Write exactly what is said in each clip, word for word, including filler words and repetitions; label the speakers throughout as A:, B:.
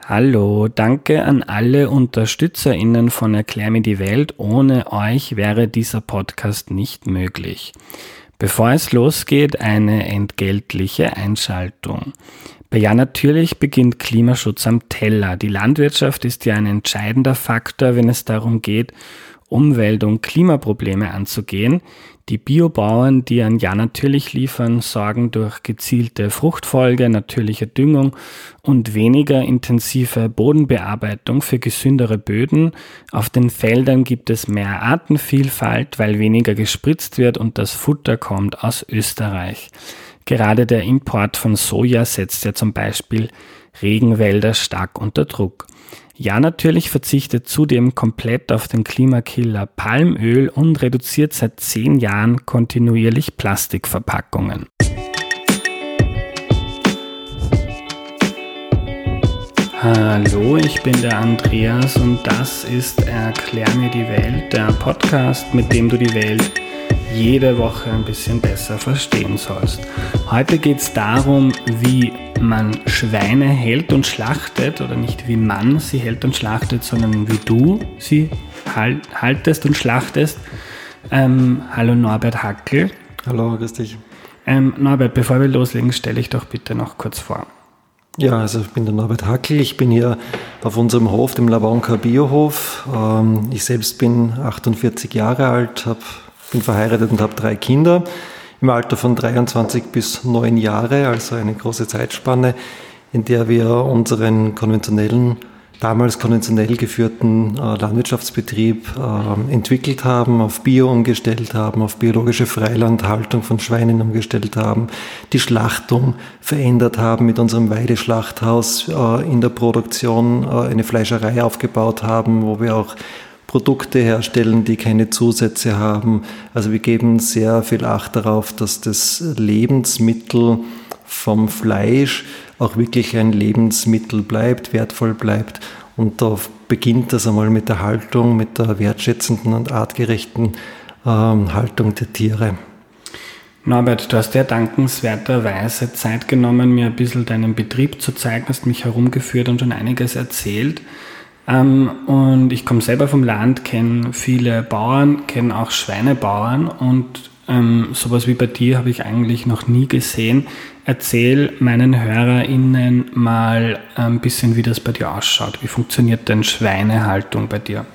A: Hallo, danke an alle UnterstützerInnen von Erklär mir die Welt. Ohne euch wäre dieser Podcast nicht möglich. Bevor es losgeht, eine entgeltliche Einschaltung. Bei Ja natürlich beginnt Klimaschutz am Teller. Die Landwirtschaft ist ja ein entscheidender Faktor, wenn es darum geht, Umwelt- und Klimaprobleme anzugehen. Die Biobauern, die an Ja natürlich liefern, sorgen durch gezielte Fruchtfolge, natürliche Düngung und weniger intensive Bodenbearbeitung für gesündere Böden. Auf den Feldern gibt es mehr Artenvielfalt, weil weniger gespritzt wird und das Futter kommt aus Österreich. Gerade der Import von Soja setzt ja zum Beispiel Regenwälder stark unter Druck. Ja natürlich verzichtet zudem komplett auf den Klimakiller Palmöl und reduziert seit zehn Jahren kontinuierlich Plastikverpackungen. Hallo, ich bin der Andreas und das ist Erklär mir die Welt, der Podcast, mit dem du die Welt jede Woche ein bisschen besser verstehen sollst. Heute geht es darum, wie man Schweine hält und schlachtet, oder nicht wie man sie hält und schlachtet, sondern wie du sie halt, haltest und schlachtest. Ähm, hallo Norbert Hackel.
B: Hallo, grüß dich.
A: Ähm, Norbert, bevor wir loslegen, stelle ich doch bitte noch kurz vor.
B: Ja, also ich bin der Norbert Hackel, ich bin hier auf unserem Hof, dem Labonka Biohof. Ähm, ich selbst bin achtundvierzig Jahre alt, hab, bin verheiratet und habe drei Kinder. Im Alter von dreiundzwanzig bis neun Jahre, also eine große Zeitspanne, in der wir unseren konventionellen, damals konventionell geführten äh, Landwirtschaftsbetrieb äh, entwickelt haben, auf Bio umgestellt haben, auf biologische Freilandhaltung von Schweinen umgestellt haben, die Schlachtung verändert haben, mit unserem Weideschlachthaus äh, in der Produktion äh, eine Fleischerei aufgebaut haben, wo wir auch Produkte herstellen, die keine Zusätze haben. Also wir geben sehr viel Acht darauf, dass das Lebensmittel vom Fleisch auch wirklich ein Lebensmittel bleibt, wertvoll bleibt. Und da beginnt das einmal mit der Haltung, mit der wertschätzenden und artgerechten ähm, Haltung der Tiere.
A: Norbert, du hast ja dankenswerterweise Zeit genommen, mir ein bisschen deinen Betrieb zu zeigen, hast mich herumgeführt und schon einiges erzählt. Ähm, und ich komme selber vom Land, kenne viele Bauern, kenne auch Schweinebauern und ähm, sowas wie bei dir habe ich eigentlich noch nie gesehen. Erzähl meinen HörerInnen mal ein bisschen, wie das bei dir ausschaut. Wie funktioniert denn Schweinehaltung bei dir?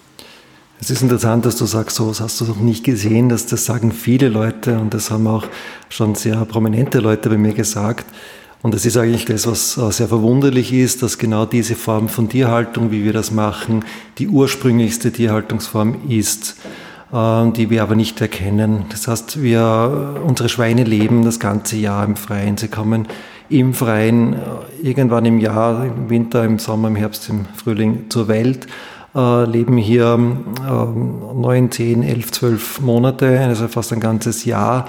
B: Es ist interessant, dass du sagst, so was hast du noch nicht gesehen. Das, das sagen viele Leute und das haben auch schon sehr prominente Leute bei mir gesagt. Und das ist eigentlich das, was sehr verwunderlich ist, dass genau diese Form von Tierhaltung, wie wir das machen, die ursprünglichste Tierhaltungsform ist, die wir aber nicht erkennen. Das heißt, wir, unsere Schweine leben das ganze Jahr im Freien. Sie kommen im Freien irgendwann im Jahr, im Winter, im Sommer, im Herbst, im Frühling zur Welt, leben hier neun, zehn, elf, zwölf Monate, also fast ein ganzes Jahr.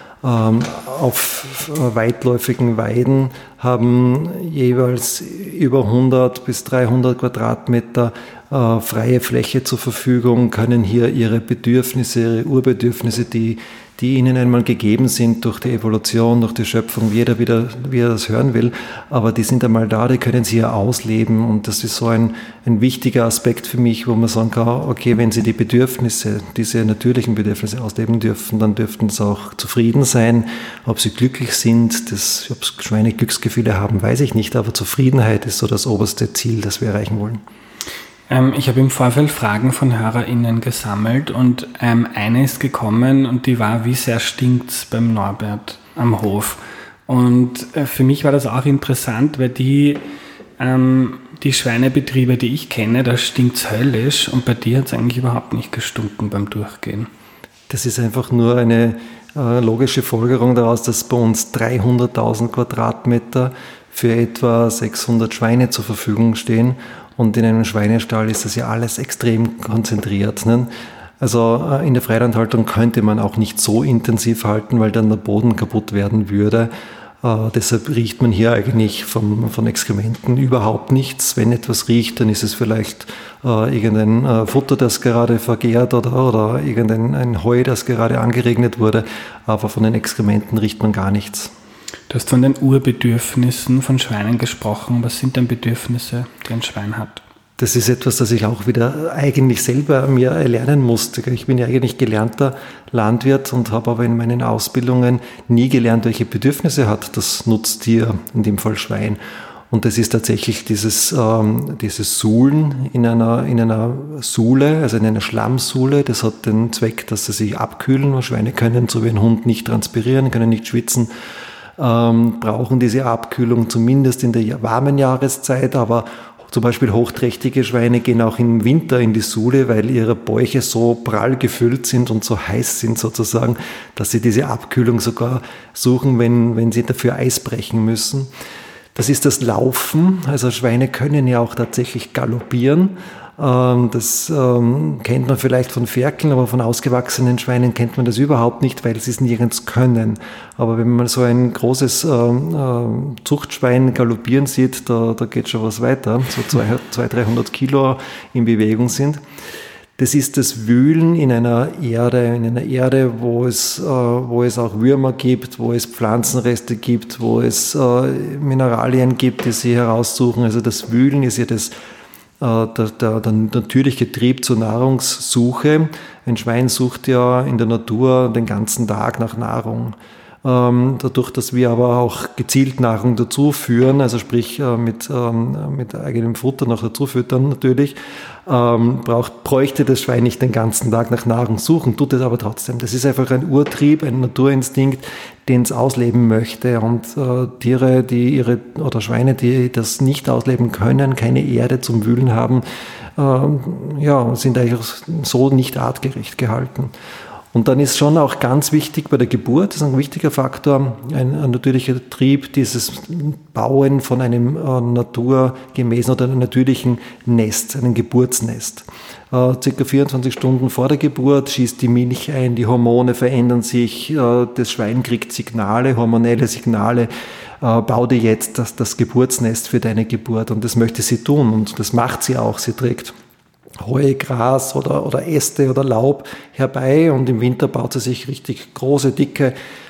B: Auf weitläufigen Weiden, haben jeweils über hundert bis dreihundert Quadratmeter äh, freie Fläche zur Verfügung, können hier ihre Bedürfnisse, ihre Urbedürfnisse, die, die ihnen einmal gegeben sind durch die Evolution, durch die Schöpfung, jeder wieder, wie er das hören will, aber die sind einmal da, die können sie hier ausleben und das ist so ein, ein wichtiger Aspekt für mich, wo man sagen kann, okay, wenn sie die Bedürfnisse, diese natürlichen Bedürfnisse ausleben dürfen, dann dürften sie auch zufrieden sein. Ob sie glücklich sind, das, ob Schweine Glücksgefühle haben, weiß ich nicht, aber Zufriedenheit ist so das oberste Ziel, das wir erreichen wollen.
A: Ähm, ich habe im Vorfeld Fragen von HörerInnen gesammelt und ähm, eine ist gekommen und die war, wie sehr stinkt's beim Norbert am Hof? Und äh, für mich war das auch interessant, weil die, ähm, die Schweinebetriebe, die ich kenne, da stinkt's höllisch und bei dir hat es eigentlich überhaupt nicht gestunken beim Durchgehen.
B: Das ist einfach nur eine äh, logische Folgerung daraus, dass bei uns dreihunderttausend Quadratmeter für etwa sechshundert Schweine zur Verfügung stehen. Und in einem Schweinestall ist das ja alles extrem konzentriert. Ne? Also in der Freilandhaltung könnte man auch nicht so intensiv halten, weil dann der Boden kaputt werden würde. Äh, deshalb riecht man hier eigentlich vom, von Exkrementen überhaupt nichts. Wenn etwas riecht, dann ist es vielleicht äh, irgendein äh, Futter, das gerade vergärt oder, oder irgendein ein Heu, das gerade angeregnet wurde. Aber von den Exkrementen riecht man gar nichts.
A: Du hast von den Urbedürfnissen von Schweinen gesprochen. Was sind denn Bedürfnisse, die ein Schwein hat?
B: Das ist etwas, das ich auch wieder eigentlich selber mir erlernen musste. Ich bin ja eigentlich gelernter Landwirt und habe aber in meinen Ausbildungen nie gelernt, welche Bedürfnisse hat das Nutztier, in dem Fall Schwein. Und das ist tatsächlich dieses, ähm, dieses Suhlen in einer, in einer Suhle, also in einer Schlammsuhle. Das hat den Zweck, dass sie sich abkühlen. Schweine können, so wie ein Hund, nicht transpirieren, können nicht schwitzen, ähm, brauchen diese Abkühlung zumindest in der warmen Jahreszeit, aber zum Beispiel hochträchtige Schweine gehen auch im Winter in die Suhle, weil ihre Bäuche so prall gefüllt sind und so heiß sind sozusagen, dass sie diese Abkühlung sogar suchen, wenn, wenn sie dafür Eis brechen müssen. Das ist das Laufen. Also Schweine können ja auch tatsächlich galoppieren. Das kennt man vielleicht von Ferkeln, aber von ausgewachsenen Schweinen kennt man das überhaupt nicht, weil sie es nirgends können. Aber wenn man so ein großes Zuchtschwein galoppieren sieht, da, da geht schon was weiter, so zweihundert, dreihundert Kilo in Bewegung sind. Das ist das Wühlen in einer Erde, in einer Erde, wo es, wo es auch Würmer gibt, wo es Pflanzenreste gibt, wo es Mineralien gibt, die sie heraussuchen. Also das Wühlen ist ja das Der, der, der natürliche Trieb zur Nahrungssuche. Ein Schwein sucht ja in der Natur den ganzen Tag nach Nahrung. Ähm, dadurch, dass wir aber auch gezielt Nahrung dazu führen, also sprich äh, mit, ähm, mit eigenem Futter noch dazu füttern natürlich, ähm, braucht, bräuchte das Schwein nicht den ganzen Tag nach Nahrung suchen, tut es aber trotzdem. Das ist einfach ein Urtrieb, ein Naturinstinkt, den es ausleben möchte. Und äh, Tiere, die ihre, oder Schweine, die das nicht ausleben können, keine Erde zum Wühlen haben, äh, ja, sind eigentlich so nicht artgerecht gehalten. Und dann ist schon auch ganz wichtig bei der Geburt, das ist ein wichtiger Faktor, ein, ein natürlicher Trieb, dieses Bauen von einem äh, naturgemäßen oder einem natürlichen Nest, einem Geburtsnest. Äh, circa vierundzwanzig Stunden vor der Geburt schießt die Milch ein, die Hormone verändern sich, äh, das Schwein kriegt Signale, hormonelle Signale, äh, bau dir jetzt das, das Geburtsnest für deine Geburt. Und das möchte sie tun und das macht sie auch, sie trägt Heu, Gras oder, oder Äste oder Laub herbei und im Winter baut sie sich richtig große, dicke,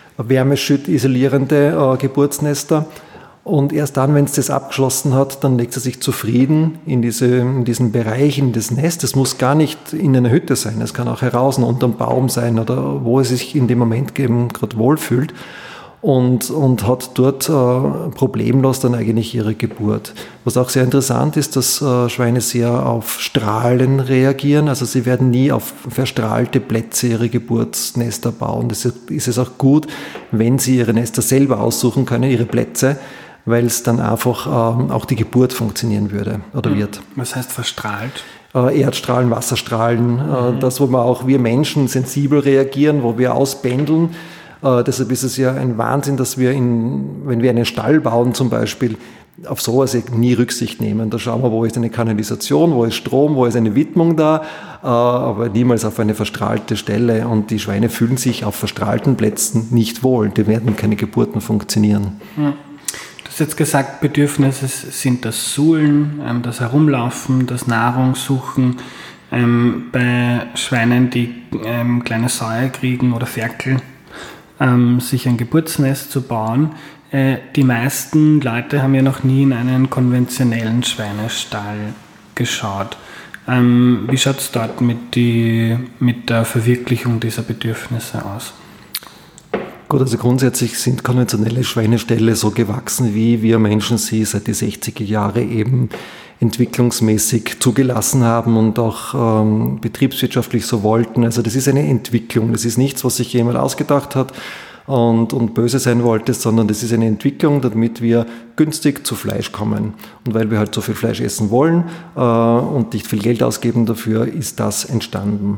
B: wärmeschüttisolierende äh, Geburtsnester und erst dann, wenn es das abgeschlossen hat, dann legt sie sich zufrieden in, diese, in diesen Bereich, in das Nest. Es muss gar nicht in einer Hütte sein, es kann auch heraus unterm Baum sein oder wo es sich in dem Moment eben gerade wohlfühlt. Und, und hat dort äh, problemlos dann eigentlich ihre Geburt. Was auch sehr interessant ist, dass äh, Schweine sehr auf Strahlen reagieren. Also sie werden nie auf verstrahlte Plätze ihre Geburtsnester bauen. Deshalb ist es auch gut, wenn sie ihre Nester selber aussuchen können, ihre Plätze, weil es dann einfach äh, auch die Geburt funktionieren würde oder wird.
A: Was heißt verstrahlt?
B: Äh, Erdstrahlen, Wasserstrahlen, äh, mhm. das, wo wir auch wir Menschen sensibel reagieren, wo wir auspendeln. Uh, deshalb ist es ja ein Wahnsinn, dass wir, in, wenn wir einen Stall bauen zum Beispiel, auf sowas nie Rücksicht nehmen. Da schauen wir, wo ist eine Kanalisation, wo ist Strom, wo ist eine Widmung da, uh, aber niemals auf eine verstrahlte Stelle. Und die Schweine fühlen sich auf verstrahlten Plätzen nicht wohl. Die werden keine Geburten funktionieren.
A: Ja. Du hast jetzt gesagt, Bedürfnisse sind das Suhlen, das Herumlaufen, das Nahrung suchen. Ähm, bei Schweinen, die ähm, kleine Säue kriegen oder Ferkel, Ähm, sich ein Geburtsnest zu bauen. Äh, die meisten Leute haben ja noch nie in einen konventionellen Schweinestall geschaut. Ähm, wie schaut es dort mit, die, mit der Verwirklichung dieser Bedürfnisse aus?
B: Gut, also grundsätzlich sind konventionelle Schweineställe so gewachsen, wie wir Menschen sie seit die sechziger Jahre eben entwicklungsmäßig zugelassen haben und auch ähm, betriebswirtschaftlich so wollten. Also das ist eine Entwicklung, das ist nichts, was sich jemand ausgedacht hat und, und böse sein wollte, sondern das ist eine Entwicklung, damit wir günstig zu Fleisch kommen. Und weil wir halt so viel Fleisch essen wollen äh, und nicht viel Geld ausgeben dafür, ist das entstanden.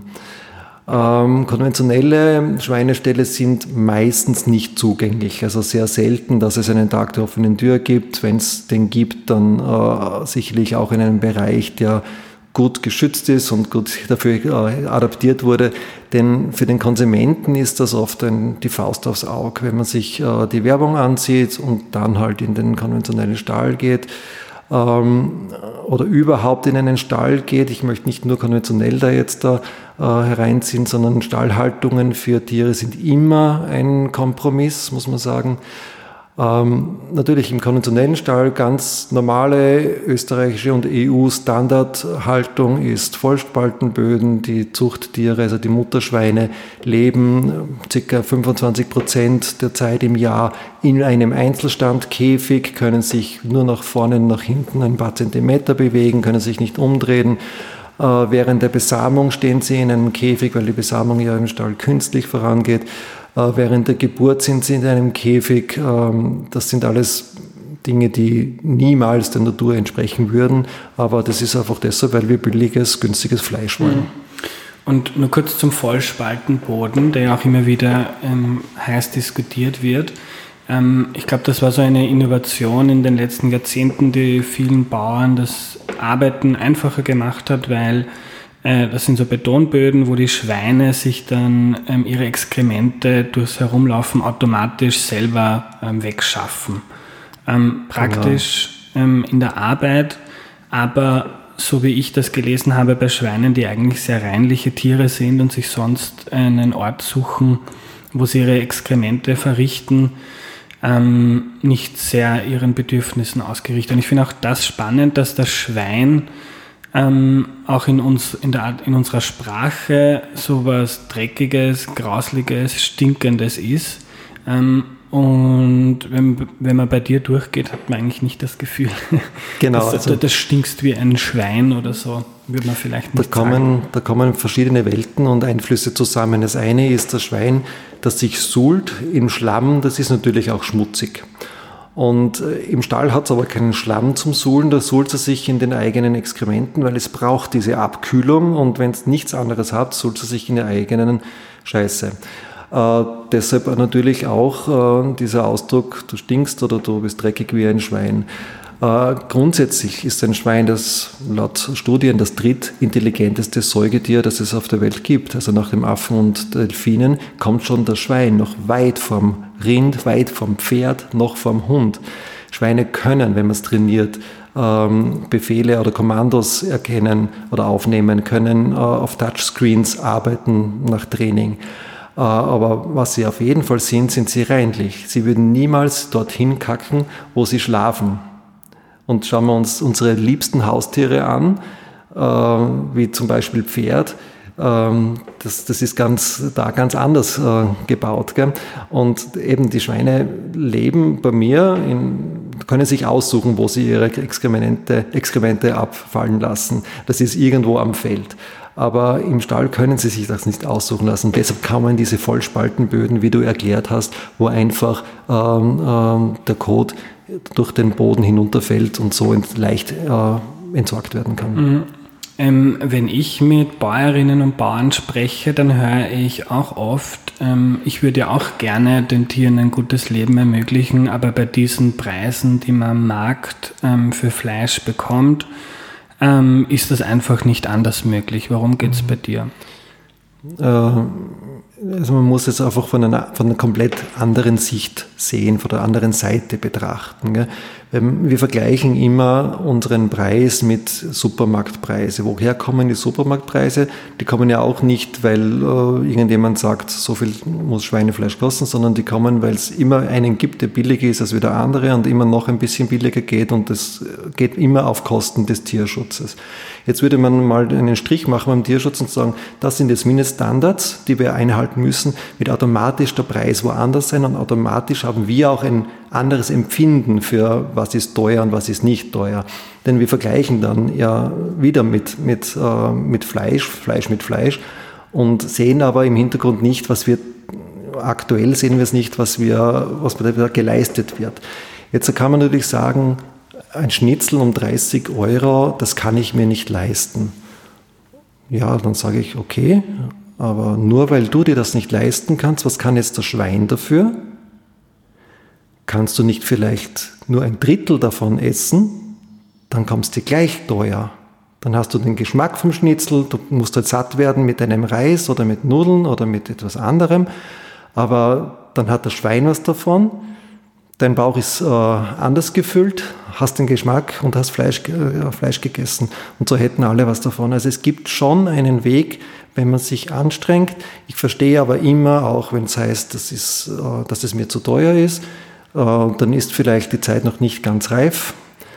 B: Ähm, konventionelle Schweineställe sind meistens nicht zugänglich, also sehr selten, dass es einen Tag der offenen Tür gibt. Wenn es den gibt, dann äh, sicherlich auch in einem Bereich, der gut geschützt ist und gut dafür äh, adaptiert wurde. Denn für den Konsumenten ist das oft ein, die Faust aufs Auge, wenn man sich äh, die Werbung ansieht und dann halt in den konventionellen Stall geht. Oder überhaupt in einen Stall geht. Ich möchte nicht nur konventionell da jetzt da äh, hereinziehen, sondern Stallhaltungen für Tiere sind immer ein Kompromiss, muss man sagen. Ähm, natürlich im konventionellen Stall ganz normale österreichische und E U-Standardhaltung ist Vollspaltenböden. Die Zuchttiere, also die Mutterschweine, leben ca. fünfundzwanzig Prozent der Zeit im Jahr in einem Einzelstandkäfig, können sich nur nach vorne und nach hinten ein paar Zentimeter bewegen, können sich nicht umdrehen. Äh, während der Besamung stehen sie in einem Käfig, weil die Besamung ja im Stall künstlich vorangeht. Während der Geburt sind sie in einem Käfig. Das sind alles Dinge, die niemals der Natur entsprechen würden. Aber das ist einfach deshalb, weil wir billiges, günstiges Fleisch wollen.
A: Und nur kurz zum Vollspaltenboden, der ja auch immer wieder ähm, heiß diskutiert wird. Ähm, ich glaube, das war so eine Innovation in den letzten Jahrzehnten, die vielen Bauern das Arbeiten einfacher gemacht hat, weil das sind so Betonböden, wo die Schweine sich dann ähm, ihre Exkremente durchs Herumlaufen automatisch selber ähm, wegschaffen. Ähm, praktisch ähm, in der Arbeit, aber so wie ich das gelesen habe, bei Schweinen, die eigentlich sehr reinliche Tiere sind und sich sonst einen Ort suchen, wo sie ihre Exkremente verrichten, ähm, nicht sehr ihren Bedürfnissen ausgerichtet. Und ich finde auch das spannend, dass das Schwein Ähm, auch in uns, in der Art, in unserer Sprache sowas Dreckiges, Grausliges, Stinkendes ist. Ähm, und wenn, wenn man bei dir durchgeht, hat man eigentlich nicht das Gefühl,
B: genau,
A: dass
B: also,
A: das stinkst wie ein Schwein oder so, würde man vielleicht nicht
B: da kommen,
A: sagen.
B: Da kommen verschiedene Welten und Einflüsse zusammen. Das eine ist das Schwein, das sich suhlt im Schlamm, das ist natürlich auch schmutzig. Und im Stall hat es aber keinen Schlamm zum Suhlen, da suhlt es sich in den eigenen Exkrementen, weil es braucht diese Abkühlung und wenn es nichts anderes hat, suhlt es sich in der eigenen Scheiße. Äh, deshalb natürlich auch äh, dieser Ausdruck, du stinkst oder du bist dreckig wie ein Schwein. Äh, grundsätzlich ist ein Schwein das laut Studien das drittintelligenteste Säugetier, das es auf der Welt gibt. Also nach dem Affen und Delfinen kommt schon das Schwein noch weit vom Rind, weit vom Pferd, noch vom Hund. Schweine können, wenn man es trainiert, ähm, Befehle oder Kommandos erkennen oder aufnehmen, können äh, auf Touchscreens arbeiten nach Training. Äh, aber was sie auf jeden Fall sind, sind sie reinlich. Sie würden niemals dorthin kacken, wo sie schlafen. Und schauen wir uns unsere liebsten Haustiere an, äh, wie zum Beispiel Pferd. Ähm, das, das ist ganz, da ganz anders äh, gebaut. Gell? Und eben die Schweine leben bei mir, in, können sich aussuchen, wo sie ihre Exkremente, Exkremente abfallen lassen. Das ist irgendwo am Feld. Aber im Stall können sie sich das nicht aussuchen lassen. Deshalb kann man diese Vollspaltenböden, wie du erklärt hast, wo einfach ähm, ähm, der Kot durch den Boden hinunterfällt und so leicht äh, entsorgt werden kann.
A: Mhm. Ähm, wenn ich mit Bäuerinnen und Bauern spreche, dann höre ich auch oft, ähm, ich würde ja auch gerne den Tieren ein gutes Leben ermöglichen, aber bei diesen Preisen, die man am Markt ähm, für Fleisch bekommt, ähm, ist das einfach nicht anders möglich. Warum geht es bei dir?
B: Äh, Also man muss es einfach von einer, von einer komplett anderen Sicht sehen, von der anderen Seite betrachten. Gell? Wir vergleichen immer unseren Preis mit Supermarktpreise. Woher kommen die Supermarktpreise? Die kommen ja auch nicht, weil äh, irgendjemand sagt, so viel muss Schweinefleisch kosten, sondern die kommen, weil es immer einen gibt, der billiger ist als wie der andere und immer noch ein bisschen billiger geht und das geht immer auf Kosten des Tierschutzes. Jetzt würde man mal einen Strich machen beim Tierschutz und sagen, das sind jetzt Mindeststandards, die wir einhalten müssen, wird automatisch der Preis woanders sein und automatisch haben wir auch ein anderes Empfinden für was ist teuer und was ist nicht teuer. Denn wir vergleichen dann ja wieder mit, mit, äh, mit Fleisch, Fleisch mit Fleisch und sehen aber im Hintergrund nicht, was wir, aktuell sehen wir es nicht, was wir, was da geleistet wird. Jetzt kann man natürlich sagen, ein Schnitzel um dreißig Euro, das kann ich mir nicht leisten. Ja, dann sage ich, okay, aber nur weil du dir das nicht leisten kannst, was kann jetzt das Schwein dafür? Kannst du nicht vielleicht nur ein Drittel davon essen? Dann kommst du gleich teuer. Dann hast du den Geschmack vom Schnitzel, du musst halt satt werden mit einem Reis oder mit Nudeln oder mit etwas anderem, aber dann hat das Schwein was davon. Dein Bauch ist äh, anders gefüllt, hast den Geschmack und hast Fleisch, äh, Fleisch gegessen. Und so hätten alle was davon. Also es gibt schon einen Weg, wenn man sich anstrengt. Ich verstehe aber immer, auch wenn es heißt, das ist, äh, dass es mir zu teuer ist. dann ist vielleicht die Zeit noch nicht ganz reif,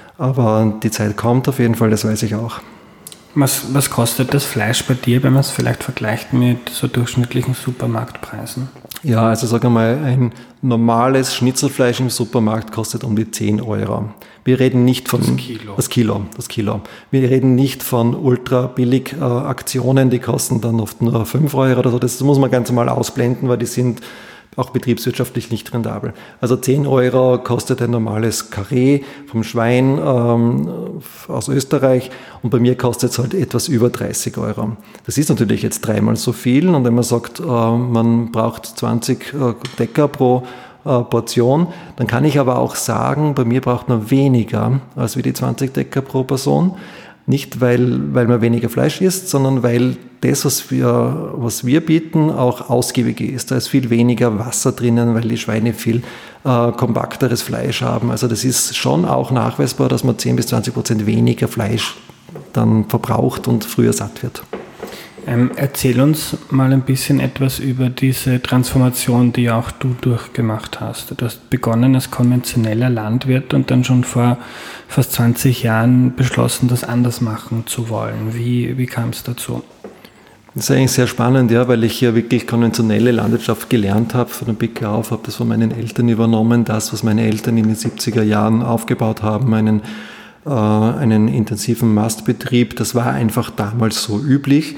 B: aber die Zeit kommt auf jeden Fall, das weiß ich auch.
A: Was, was kostet das Fleisch bei dir, wenn man es vielleicht vergleicht mit so durchschnittlichen Supermarktpreisen?
B: Ja, also sag einmal, ein normales Schnitzelfleisch im Supermarkt kostet um die zehn Euro. Wir reden nicht von...
A: Das Kilo.
B: Das Kilo, das Kilo. Wir reden nicht von ultra billig äh, Aktionen, die kosten dann oft nur fünf Euro oder so. Das muss man ganz normal ausblenden, weil die sind auch betriebswirtschaftlich nicht rentabel. Also zehn Euro kostet ein normales Karree vom Schwein ähm, aus Österreich und bei mir kostet es halt etwas über dreißig Euro. Das ist natürlich jetzt dreimal so viel und wenn man sagt, äh, man braucht zwanzig äh, Decker pro äh, Portion, dann kann ich aber auch sagen, bei mir braucht man weniger als wie die zwanzig Decker pro Person. Nicht, weil, weil man weniger Fleisch isst, sondern weil das, was wir, was wir bieten, auch ausgiebiger ist. Da ist viel weniger Wasser drinnen, weil die Schweine viel äh, kompakteres Fleisch haben. Also das ist schon auch nachweisbar, dass man zehn bis zwanzig Prozent weniger Fleisch dann verbraucht und früher satt wird.
A: Ähm, erzähl uns mal ein bisschen etwas über diese Transformation, die auch du durchgemacht hast. Du hast begonnen als konventioneller Landwirt und dann schon vor fast zwanzig Jahren beschlossen, das anders machen zu wollen. Wie, wie kam es dazu?
B: Das ist eigentlich sehr spannend, ja, weil ich hier wirklich konventionelle Landwirtschaft gelernt habe, von der Pike auf, habe das von meinen Eltern übernommen, das, was meine Eltern in den siebziger Jahren aufgebaut haben, einen, äh, einen intensiven Mastbetrieb, das war einfach damals so üblich.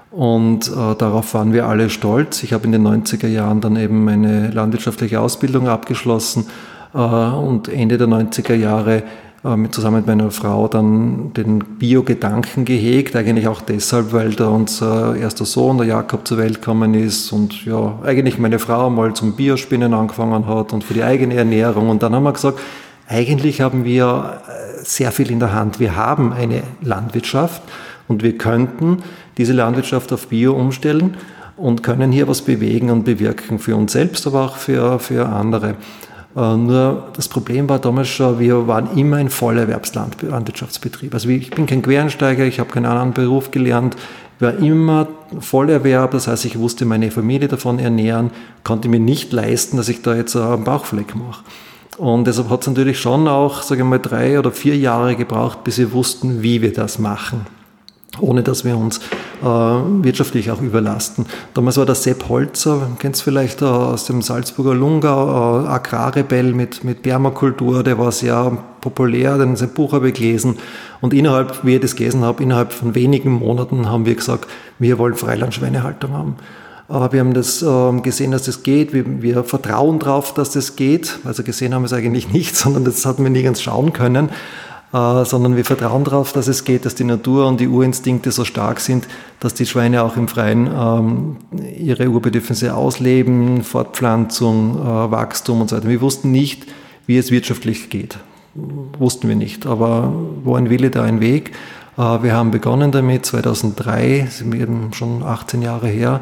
B: Und äh, darauf waren wir alle stolz. Ich habe in den neunziger Jahren dann eben meine landwirtschaftliche Ausbildung abgeschlossen äh, und Ende der neunziger Jahre äh, mit, zusammen mit meiner Frau dann den Bio-Gedanken gehegt. Eigentlich auch deshalb, weil da unser erster Sohn, der Jakob, zur Welt gekommen ist und ja, eigentlich meine Frau mal zum Biospinnen angefangen hat und für die eigene Ernährung. Und dann haben wir gesagt, eigentlich haben wir sehr viel in der Hand. Wir haben eine Landwirtschaft und wir könnten diese Landwirtschaft auf Bio umstellen und können hier was bewegen und bewirken für uns selbst, aber auch für, für andere. Äh, nur das Problem war damals schon, wir waren immer ein Vollerwerbslandwirtschaftsbetrieb. Also ich bin kein Quereinsteiger, ich habe keinen anderen Beruf gelernt, war immer Vollerwerb, das heißt, ich wusste meine Familie davon ernähren, konnte mir nicht leisten, dass ich da jetzt einen Bauchfleck mache. Und deshalb hat es natürlich schon auch, sage ich mal, drei oder vier Jahre gebraucht, bis wir wussten, wie wir das machen, ohne dass wir uns äh, wirtschaftlich auch überlasten. Damals war der Sepp Holzer, kennst du vielleicht äh, aus dem Salzburger Lungau, äh, Agrarrebell mit, mit Permakultur, der war sehr populär, denn sein Buch habe ich gelesen. Und innerhalb, wie ich das gelesen habe, innerhalb von wenigen Monaten haben wir gesagt, wir wollen Freilandschweinehaltung haben. Aber wir haben das äh, gesehen, dass das geht. Wir, wir vertrauen darauf, dass das geht. Also gesehen haben wir es eigentlich nicht, sondern das hatten wir nie ganz schauen können. Äh, sondern wir vertrauen darauf, dass es geht, dass die Natur und die Urinstinkte so stark sind, dass die Schweine auch im Freien ähm, ihre Urbedürfnisse ausleben, Fortpflanzung, äh, Wachstum und so weiter. Wir wussten nicht, wie es wirtschaftlich geht. Wussten wir nicht. Aber wo ein Wille, da ein Weg. Äh, wir haben begonnen damit zweitausenddrei, sind eben schon achtzehn Jahre her.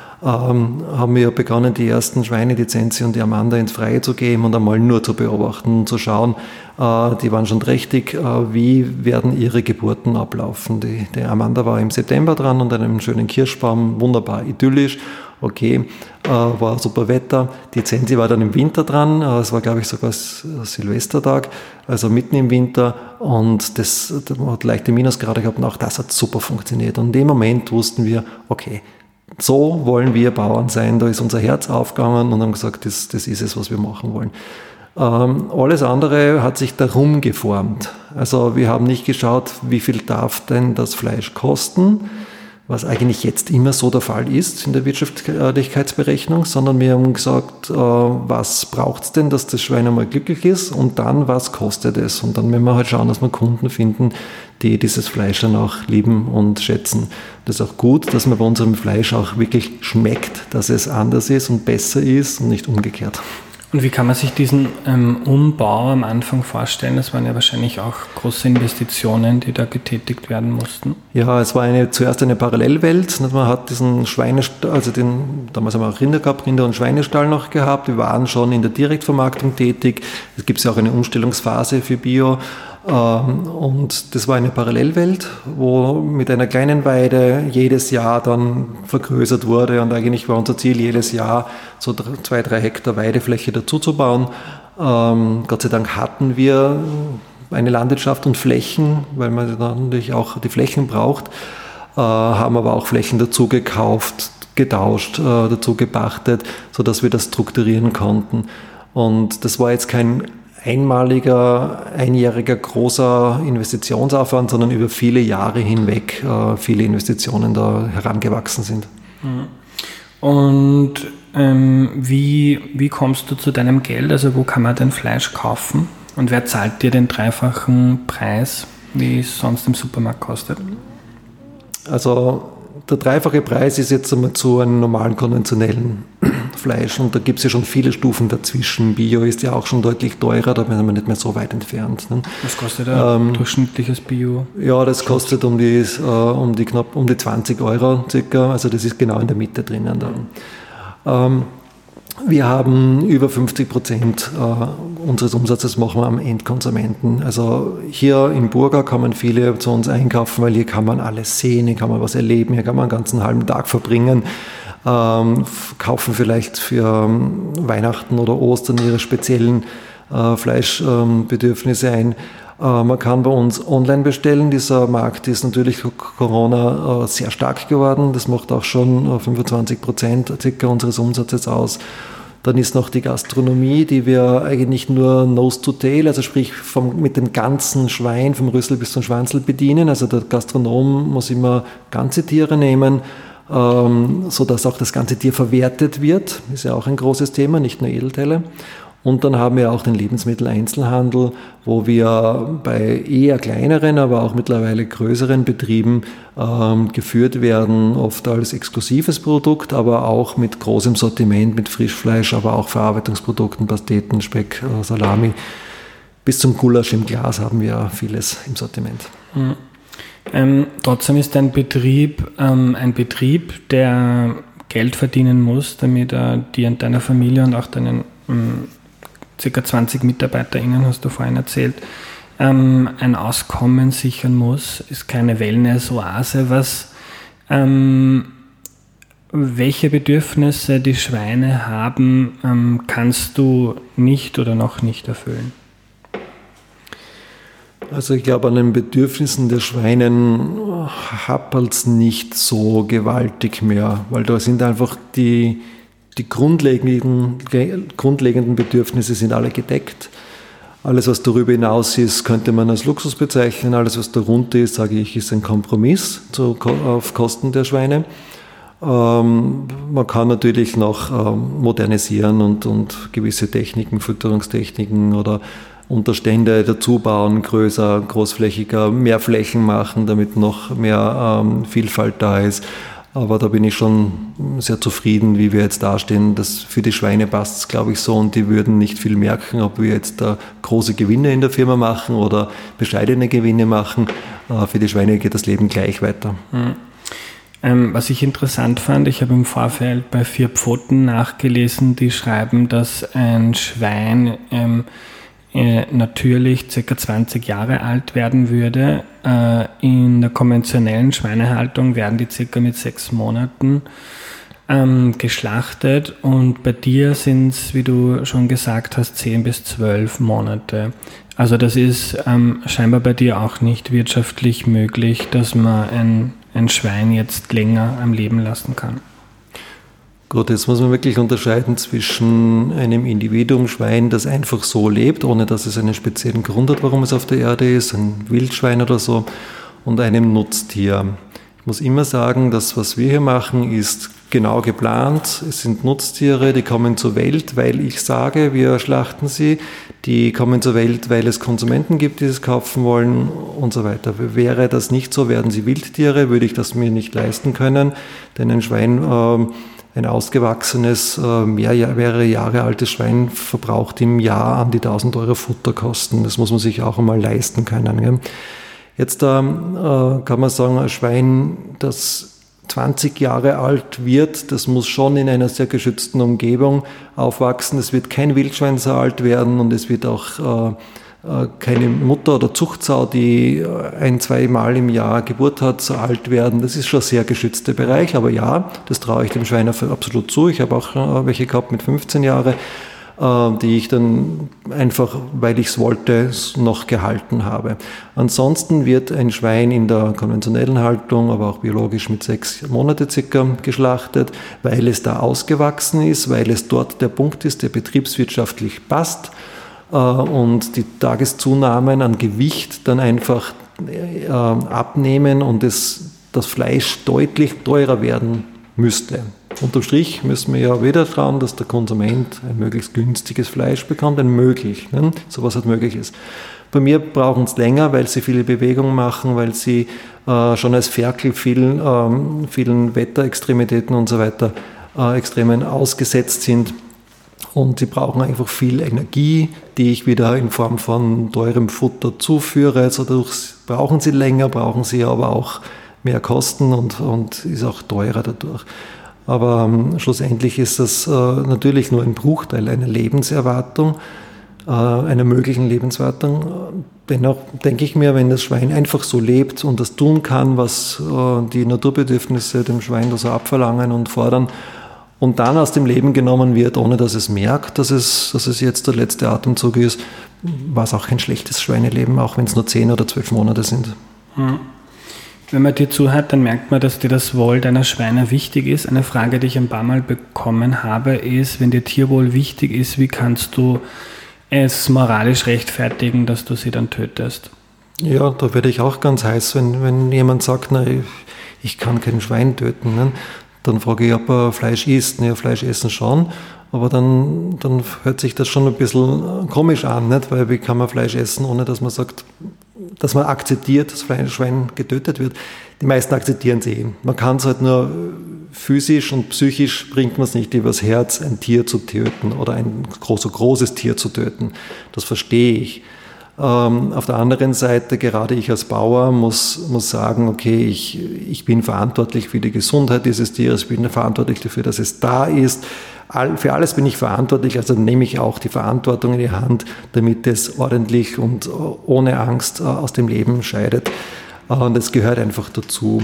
B: Ähm, haben wir begonnen, die ersten Schweine, die Zensi und die Amanda, ins Freie zu geben und einmal nur zu beobachten und zu schauen, äh, die waren schon trächtig, äh, wie werden ihre Geburten ablaufen. Die, die Amanda war im September dran unter einem schönen Kirschbaum, wunderbar idyllisch, okay, äh, war super Wetter. Die Zensi war dann im Winter dran, äh, es war, glaube ich, sogar Silvestertag, also mitten im Winter, und das, das hat leichte Minusgrade gehabt und auch das hat super funktioniert. Und in dem Moment wussten wir, okay, so wollen wir Bauern sein, da ist unser Herz aufgegangen und haben gesagt, das, das ist es, was wir machen wollen. Ähm, alles andere hat sich darum geformt. Also wir haben nicht geschaut, wie viel darf denn das Fleisch kosten, was eigentlich jetzt immer so der Fall ist in der Wirtschaftlichkeitsberechnung, sondern wir haben gesagt, äh, was braucht es denn, dass das Schwein einmal glücklich ist, und dann, was kostet es? Und dann müssen wir halt schauen, dass wir Kunden finden, die dieses Fleisch dann auch lieben und schätzen. Das ist auch gut, dass man bei unserem Fleisch auch wirklich schmeckt, dass es anders ist und besser ist und nicht umgekehrt.
A: Und wie kann man sich diesen ähm, Umbau am Anfang vorstellen? Das waren ja wahrscheinlich auch große Investitionen, die da getätigt werden mussten.
B: Ja, es war eine, zuerst eine Parallelwelt. Man hat diesen Schweinestall, also den, damals haben wir auch Rinder gehabt, Rinder- und Schweinestall noch gehabt. Wir waren schon in der Direktvermarktung tätig. Es gibt ja auch eine Umstellungsphase für Bio. Und das war eine Parallelwelt, wo mit einer kleinen Weide jedes Jahr dann vergrößert wurde, und eigentlich war unser Ziel, jedes Jahr so zwei, drei Hektar Weidefläche dazu zu bauen. Ähm, Gott sei Dank hatten wir eine Landwirtschaft und Flächen, weil man dann natürlich auch die Flächen braucht, äh, haben aber auch Flächen dazu gekauft, getauscht, äh, dazu gepachtet, sodass wir das strukturieren konnten. Und das war jetzt kein einmaliger, einjähriger großer Investitionsaufwand, sondern über viele Jahre hinweg äh, viele Investitionen da herangewachsen sind.
A: Und ähm, wie, wie kommst du zu deinem Geld? Also wo kann man dein Fleisch kaufen? Und wer zahlt dir den dreifachen Preis, wie es sonst im Supermarkt kostet?
B: Also der dreifache Preis ist jetzt einmal zu einem normalen konventionellen Fleisch und da gibt es ja schon viele Stufen dazwischen. Bio ist ja auch schon deutlich teurer, da sind wir nicht mehr so weit entfernt. Ne?
A: Was kostet ein ähm, durchschnittliches Bio?
B: Ja, das kostet um die, äh, um die knapp um die zwanzig Euro circa, also das ist genau in der Mitte drinnen dann. Ähm, Wir haben über fünfzig Prozent äh, unseres Umsatzes machen wir am Endkonsumenten. Also hier in Burgau kommen viele zu uns einkaufen, weil hier kann man alles sehen, hier kann man was erleben, hier kann man einen ganzen halben Tag verbringen, ähm, kaufen vielleicht für ähm, Weihnachten oder Ostern ihre speziellen äh, Fleischbedürfnisse ähm, ein. Äh, man kann bei uns online bestellen. Dieser Markt ist natürlich durch Corona äh, sehr stark geworden. Das macht auch schon äh, fünfundzwanzig Prozent circa unseres Umsatzes aus. Dann ist noch die Gastronomie, die wir eigentlich nur Nose to Tail, also sprich vom, mit dem ganzen Schwein, vom Rüssel bis zum Schwanzl bedienen. Also der Gastronom muss immer ganze Tiere nehmen, ähm, sodass auch das ganze Tier verwertet wird. Ist ja auch ein großes Thema, nicht nur Edelteile. Und dann haben wir auch den Lebensmitteleinzelhandel, wo wir bei eher kleineren, aber auch mittlerweile größeren Betrieben ähm, geführt werden, oft als exklusives Produkt, aber auch mit großem Sortiment, mit Frischfleisch, aber auch Verarbeitungsprodukten, Pasteten, Speck, äh, Salami. Bis zum Gulasch im Glas haben wir vieles im Sortiment.
A: Mhm. Ähm, trotzdem ist dein Betrieb ähm, ein Betrieb, der Geld verdienen muss, damit er dir und deiner Familie und auch deinen ähm, ca. zwanzig MitarbeiterInnen, hast du vorhin erzählt, ähm, ein Auskommen sichern muss, ist keine Wellness-Oase. Was, ähm, welche Bedürfnisse die Schweine haben, ähm, kannst du nicht oder noch nicht erfüllen?
B: Also ich glaube, an den Bedürfnissen der Schweinen hapert es nicht so gewaltig mehr, weil da sind einfach die Die grundlegenden, grundlegenden Bedürfnisse sind alle gedeckt. Alles, was darüber hinaus ist, könnte man als Luxus bezeichnen. Alles, was darunter ist, sage ich, ist ein Kompromiss zu, auf Kosten der Schweine. Ähm, man kann natürlich noch ähm, modernisieren und, und gewisse Techniken, Fütterungstechniken oder Unterstände dazu bauen, größer, großflächiger, mehr Flächen machen, damit noch mehr ähm, Vielfalt da ist. Aber da bin ich schon sehr zufrieden, wie wir jetzt dastehen. Das für die Schweine passt es, glaube ich, so. Und die würden nicht viel merken, ob wir jetzt da große Gewinne in der Firma machen oder bescheidene Gewinne machen. Für die Schweine geht das Leben gleich weiter.
A: Mhm. Ähm, was ich interessant fand, ich habe im Vorfeld bei Vier Pfoten nachgelesen, die schreiben, dass ein Schwein ähm, äh, natürlich ca. zwanzig Jahre alt werden würde. Äh, in der konventionellen Schweinehaltung werden die ca. mit sechs Monaten ähm, geschlachtet und bei dir sind es, wie du schon gesagt hast, zehn bis zwölf Monate. Also das ist ähm, scheinbar bei dir auch nicht wirtschaftlich möglich, dass man ein, ein Schwein jetzt länger am Leben lassen kann.
B: Gut, jetzt muss man wirklich unterscheiden zwischen einem Individuum Schwein, das einfach so lebt, ohne dass es einen speziellen Grund hat, warum es auf der Erde ist, ein Wildschwein oder so, und einem Nutztier. Ich muss immer sagen, das, was wir hier machen, ist genau geplant. Es sind Nutztiere, die kommen zur Welt, weil ich sage, wir schlachten sie. Die kommen zur Welt, weil es Konsumenten gibt, die es kaufen wollen und so weiter. Wäre das nicht so, wären sie Wildtiere, würde ich das mir nicht leisten können, denn ein Schwein... Äh, Ein ausgewachsenes, mehrere Jahre altes Schwein verbraucht im Jahr an die tausend Euro Futterkosten. Das muss man sich auch einmal leisten können. Jetzt äh, kann man sagen, ein Schwein, das zwanzig Jahre alt wird, das muss schon in einer sehr geschützten Umgebung aufwachsen. Es wird kein Wildschwein so alt werden und es wird auch äh, keine Mutter oder Zuchtsau, die ein, zwei Mal im Jahr Geburt hat, so alt werden. Das ist schon ein sehr geschützter Bereich, aber ja, das traue ich dem Schwein absolut zu. Ich habe auch welche gehabt mit fünfzehn Jahren. die ich dann einfach, weil ich es wollte, noch gehalten habe. Ansonsten wird ein Schwein in der konventionellen Haltung, aber auch biologisch mit sechs Monate circa geschlachtet, weil es da ausgewachsen ist, weil es dort der Punkt ist, der betriebswirtschaftlich passt und die Tageszunahmen an Gewicht dann einfach abnehmen und es, das Fleisch deutlich teurer werden müsste. Unterm Strich müssen wir ja wieder schauen, dass der Konsument ein möglichst günstiges Fleisch bekommt, ein möglich, ne? Sowas halt möglich ist. Bei mir brauchen es länger, weil sie viele Bewegungen machen, weil sie äh, schon als Ferkel vielen, ähm, vielen Wetterextremitäten und so weiter äh, Extremen ausgesetzt sind. Und sie brauchen einfach viel Energie, die ich wieder in Form von teurem Futter zuführe. Dadurch brauchen sie länger, brauchen sie aber auch mehr Kosten und, und ist auch teurer dadurch. Aber ähm, schlussendlich ist das äh, natürlich nur ein Bruchteil einer Lebenserwartung, äh, einer möglichen Lebenserwartung. Dennoch denke ich mir, wenn das Schwein einfach so lebt und das tun kann, was äh, die Naturbedürfnisse dem Schwein da so abverlangen und fordern, und dann aus dem Leben genommen wird, ohne dass es merkt, dass es, dass es jetzt der letzte Atemzug ist, war es auch kein schlechtes Schweineleben, auch wenn es nur zehn oder zwölf Monate sind.
A: Hm. Wenn man dir zuhört, dann merkt man, dass dir das Wohl deiner Schweine wichtig ist. Eine Frage, die ich ein paar Mal bekommen habe, ist, wenn dir Tierwohl wichtig ist, wie kannst du es moralisch rechtfertigen, dass du sie dann tötest?
B: Ja, da werde ich auch ganz heiß, wenn, wenn jemand sagt, na, ich, ich kann kein Schwein töten. Ne? Dann frage ich, ob er Fleisch isst. Ja, Fleisch essen schon, aber dann, dann hört sich das schon ein bisschen komisch an, nicht? Weil wie kann man Fleisch essen, ohne dass man sagt, dass man akzeptiert, dass ein Schwein getötet wird. Die meisten akzeptieren es eh. Man kann es halt nur physisch und psychisch bringt man es nicht übers Herz, ein Tier zu töten oder ein so großes Tier zu töten. Das verstehe ich. Ähm, auf der anderen Seite, gerade ich als Bauer muss, muss sagen, okay, ich, ich bin verantwortlich für die Gesundheit dieses Tieres, ich bin verantwortlich dafür, dass es da ist. All, für alles bin ich verantwortlich, also nehme ich auch die Verantwortung in die Hand, damit es ordentlich und ohne Angst aus dem Leben scheidet. Und es gehört einfach dazu.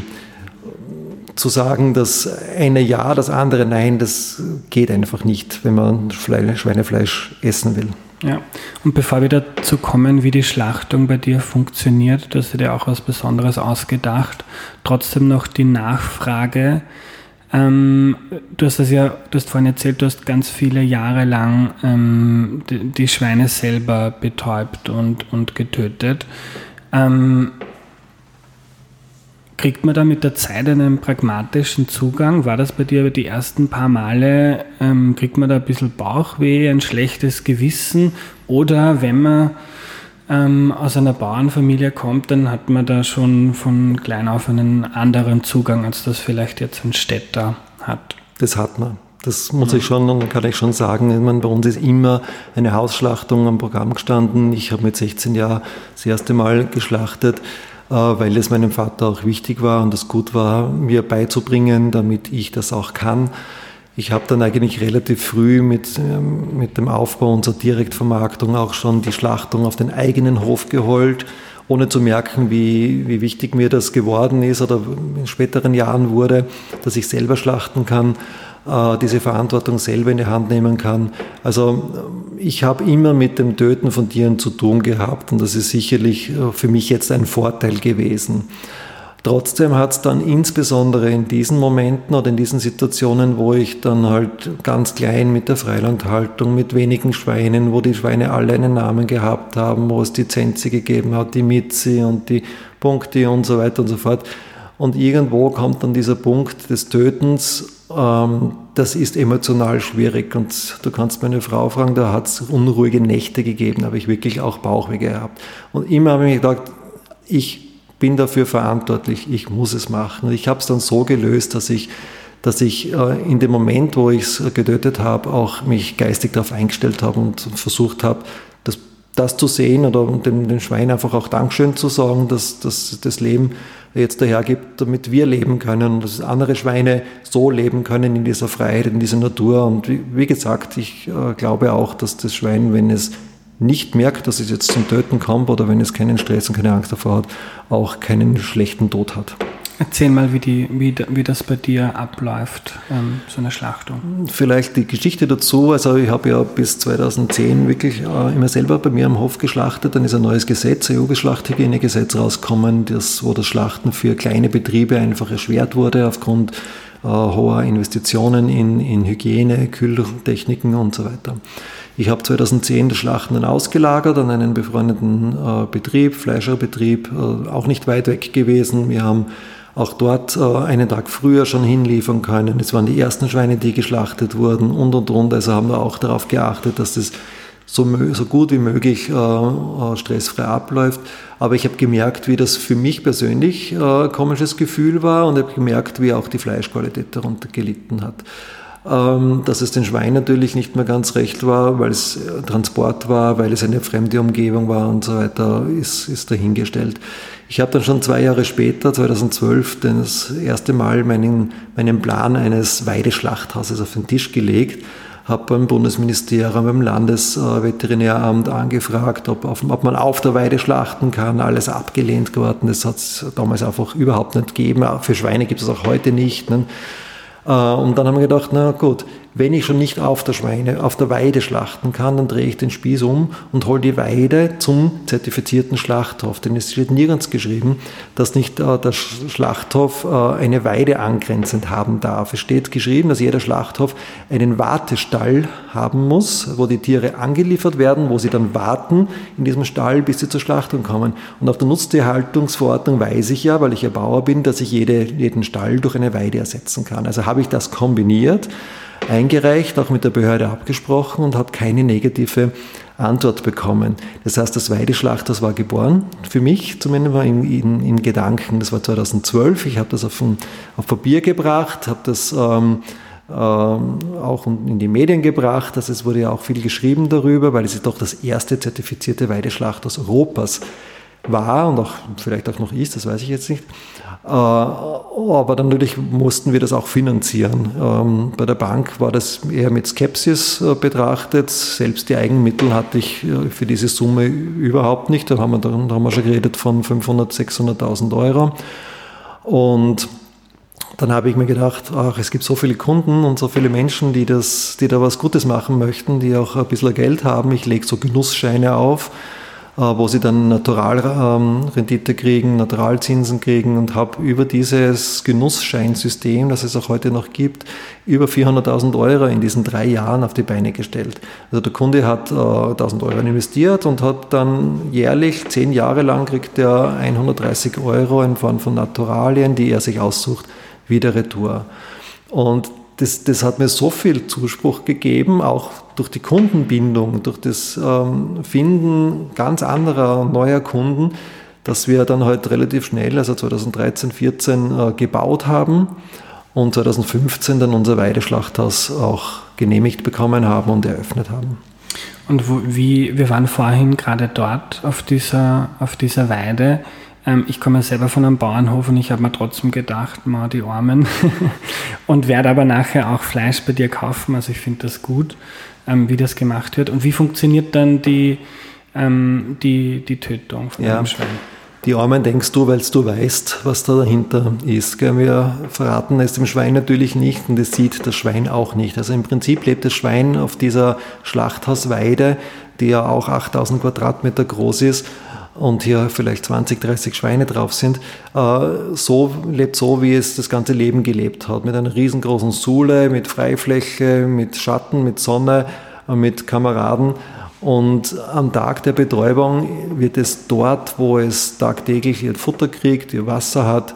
B: Zu sagen, das eine ja, das andere nein, das geht einfach nicht, wenn man Schweinefleisch essen will.
A: Ja, und bevor wir dazu kommen, wie die Schlachtung bei dir funktioniert, du hast dir auch was Besonderes ausgedacht, trotzdem noch die Nachfrage. Ähm, du hast das ja, du hast vorhin erzählt, du hast ganz viele Jahre lang ähm, die, die Schweine selber betäubt und, und getötet. Ähm, Kriegt man da mit der Zeit einen pragmatischen Zugang? War das bei dir die ersten paar Male, ähm, kriegt man da ein bisschen Bauchweh, ein schlechtes Gewissen? Oder wenn man ähm, aus einer Bauernfamilie kommt, dann hat man da schon von klein auf einen anderen Zugang, als das vielleicht jetzt ein Städter hat?
B: Das hat man. Das muss ich schon und kann ich schon sagen. Ich meine, bei uns ist immer eine Hausschlachtung am Programm gestanden. Ich habe mit sechzehn Jahren das erste Mal geschlachtet, weil es meinem Vater auch wichtig war und es gut war, mir beizubringen, damit ich das auch kann. Ich habe dann eigentlich relativ früh mit, mit dem Aufbau unserer Direktvermarktung auch schon die Schlachtung auf den eigenen Hof geholt, ohne zu merken, wie, wie wichtig mir das geworden ist oder in späteren Jahren wurde, dass ich selber schlachten kann, diese Verantwortung selber in die Hand nehmen kann. Also ich habe immer mit dem Töten von Tieren zu tun gehabt und das ist sicherlich für mich jetzt ein Vorteil gewesen. Trotzdem hat es dann insbesondere in diesen Momenten oder in diesen Situationen, wo ich dann halt ganz klein mit der Freilandhaltung, mit wenigen Schweinen, wo die Schweine alle einen Namen gehabt haben, wo es die Zenzi gegeben hat, die Mitzi und die Punkti und so weiter und so fort. Und irgendwo kommt dann dieser Punkt des Tötens, ähm, das ist emotional schwierig. Und du kannst meine Frau fragen, da hat es unruhige Nächte gegeben, habe ich wirklich auch Bauchweh gehabt. Und immer habe ich mir gedacht, ich bin dafür verantwortlich, ich muss es machen. Und ich habe es dann so gelöst, dass ich, dass ich äh, in dem Moment, wo ich es getötet habe, auch mich geistig darauf eingestellt habe und versucht habe, das, das zu sehen oder dem, dem Schwein einfach auch Dankeschön zu sagen, dass, dass das Leben jetzt dahergibt, damit wir leben können und dass andere Schweine so leben können in dieser Freiheit, in dieser Natur. Und wie, wie gesagt, ich äh, glaube auch, dass das Schwein, wenn es nicht merkt, dass es jetzt zum Töten kommt oder wenn es keinen Stress und keine Angst davor hat, auch keinen schlechten Tod hat.
A: Erzähl mal, wie, die, wie, wie das bei dir abläuft, ähm, so eine Schlachtung.
B: Vielleicht die Geschichte dazu. Also ich habe ja bis zweitausendzehn wirklich äh, immer selber bei mir am Hof geschlachtet. Dann ist ein neues Gesetz, E U-Schlachthygienegesetz rausgekommen, das, wo das Schlachten für kleine Betriebe einfach erschwert wurde aufgrund äh, hoher Investitionen in, in Hygiene, Kühltechniken und so weiter. Ich habe zweitausendzehn das Schlachten dann ausgelagert an einen befreundeten äh, Betrieb, Fleischerbetrieb, äh, auch nicht weit weg gewesen. Wir haben auch dort äh, einen Tag früher schon hinliefern können. Es waren die ersten Schweine, die geschlachtet wurden und, und, und. Also haben wir auch darauf geachtet, dass das so, so gut wie möglich äh, stressfrei abläuft. Aber ich habe gemerkt, wie das für mich persönlich äh, ein komisches Gefühl war und habe gemerkt, wie auch die Fleischqualität darunter gelitten hat. Ähm, dass es den Schweinen natürlich nicht mehr ganz recht war, weil es Transport war, weil es eine fremde Umgebung war und so weiter, ist, ist dahingestellt. Ich habe dann schon zwei Jahre später, zweitausendzwölf, das erste Mal meinen, meinen Plan eines Weideschlachthauses auf den Tisch gelegt, habe beim Bundesministerium, beim Landesveterinäramt angefragt, ob, ob man auf der Weide schlachten kann. Alles abgelehnt geworden. Das hat es damals einfach überhaupt nicht gegeben. Für Schweine gibt es auch heute nicht. Ne? Und dann haben wir gedacht, na gut, wenn ich schon nicht auf der Schweine, auf der Weide schlachten kann, dann drehe ich den Spieß um und hole die Weide zum zertifizierten Schlachthof. Denn es steht nirgends geschrieben, dass nicht äh, der Schlachthof äh, eine Weide angrenzend haben darf. Es steht geschrieben, dass jeder Schlachthof einen Wartestall haben muss, wo die Tiere angeliefert werden, wo sie dann warten in diesem Stall, bis sie zur Schlachtung kommen. Und auf der Nutztierhaltungsverordnung weiß ich ja, weil ich ja Bauer bin, dass ich jede, jeden Stall durch eine Weide ersetzen kann. Also habe ich das kombiniert, eingereicht, auch mit der Behörde abgesprochen und habe keine negative Antwort bekommen. Das heißt, das Weideschlachthaus war geboren, für mich zumindest mal in, in, in Gedanken. Das war zweitausendzwölf, ich habe das auf, ein, auf Papier gebracht, habe das ähm, ähm, auch in die Medien gebracht. Also es wurde ja auch viel geschrieben darüber, weil es ist doch das erste zertifizierte Weideschlachthaus Europas war und auch vielleicht auch noch ist, das weiß ich jetzt nicht. Aber dann natürlich mussten wir das auch finanzieren. Bei der Bank war das eher mit Skepsis betrachtet. Selbst die Eigenmittel hatte ich für diese Summe überhaupt nicht. Da haben wir, da haben wir schon geredet von fünfhundert, sechshunderttausend Euro. Und dann habe ich mir gedacht, ach, es gibt so viele Kunden und so viele Menschen, die, das, die da was Gutes machen möchten, die auch ein bisschen Geld haben. Ich lege so Genussscheine auf, wo sie dann Naturalrendite kriegen, Naturalzinsen kriegen und habe über dieses Genussscheinsystem, das es auch heute noch gibt, über vierhunderttausend Euro in diesen drei Jahren auf die Beine gestellt. Also der Kunde hat äh, tausend Euro investiert und hat dann jährlich, zehn Jahre lang, kriegt er hundertdreißig Euro in Form von Naturalien, die er sich aussucht, wieder retour. Und Das, das hat mir so viel Zuspruch gegeben, auch durch die Kundenbindung, durch das ähm, Finden ganz anderer, neuer Kunden, dass wir dann halt relativ schnell, also zweitausenddreizehn, vierzehn äh, gebaut haben und zweitausendfünfzehn dann unser Weideschlachthaus auch genehmigt bekommen haben und eröffnet haben.
A: Und wo, wie, wir waren vorhin gerade dort auf dieser, auf dieser Weide. Ich komme selber von einem Bauernhof und ich habe mir trotzdem gedacht, ma, die Armen. Und werde aber nachher auch Fleisch bei dir kaufen. Also ich finde das gut, wie das gemacht wird. Und wie funktioniert dann die, die, die Tötung von
B: ja,
A: einem Schwein?
B: Die Armen denkst du, weil du weißt, was da dahinter ist. Wir verraten es dem Schwein natürlich nicht und es sieht das Schwein auch nicht. Also im Prinzip lebt das Schwein auf dieser Schlachthausweide, die ja auch achttausend Quadratmeter groß ist, und hier vielleicht zwanzig, dreißig Schweine drauf sind, so lebt so, wie es das ganze Leben gelebt hat. Mit einer riesengroßen Sule, mit Freifläche, mit Schatten, mit Sonne, mit Kameraden. Und am Tag der Betäubung wird es dort, wo es tagtäglich ihr Futter kriegt, ihr Wasser hat,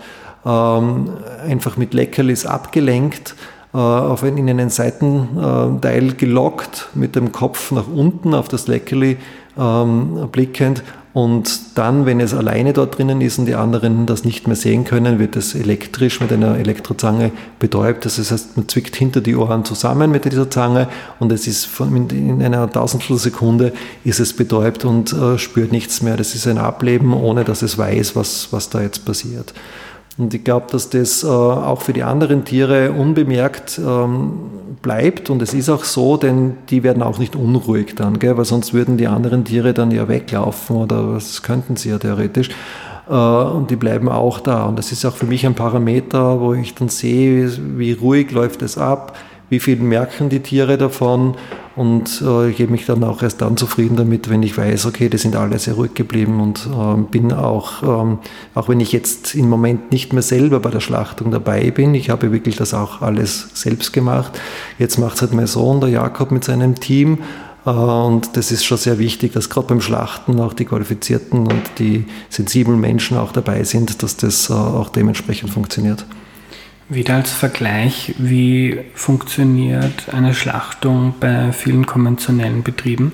B: einfach mit Leckerlis abgelenkt, auf in einen Seitenteil gelockt, mit dem Kopf nach unten auf das Leckerli blickend. Und dann, wenn es alleine dort drinnen ist und die anderen das nicht mehr sehen können, wird es elektrisch mit einer Elektrozange betäubt. Das heißt, man zwickt hinter die Ohren zusammen mit dieser Zange und es ist von, in einer Tausendstel Sekunde ist es betäubt und äh, spürt nichts mehr. Das ist ein Ableben, ohne dass es weiß, was, was da jetzt passiert. Und ich glaube, dass das äh, auch für die anderen Tiere unbemerkt ähm, bleibt. Und es ist auch so, denn die werden auch nicht unruhig dann, gell? Weil sonst würden die anderen Tiere dann ja weglaufen oder das könnten sie ja theoretisch. und die bleiben auch da. Und das ist auch für mich ein Parameter, wo ich dann sehe, wie ruhig läuft es ab, wie viel merken die Tiere davon, und äh, ich gebe mich dann auch erst dann zufrieden damit, wenn ich weiß, okay, die sind alle sehr ruhig geblieben, und äh, bin auch, ähm, auch wenn ich jetzt im Moment nicht mehr selber bei der Schlachtung dabei bin, ich habe wirklich das auch alles selbst gemacht, jetzt macht es halt mein Sohn, der Jakob, mit seinem Team, äh, und das ist schon sehr wichtig, dass gerade beim Schlachten auch die qualifizierten und die sensiblen Menschen auch dabei sind, dass das äh, auch dementsprechend funktioniert.
A: Wieder als Vergleich, wie funktioniert eine Schlachtung bei vielen konventionellen Betrieben?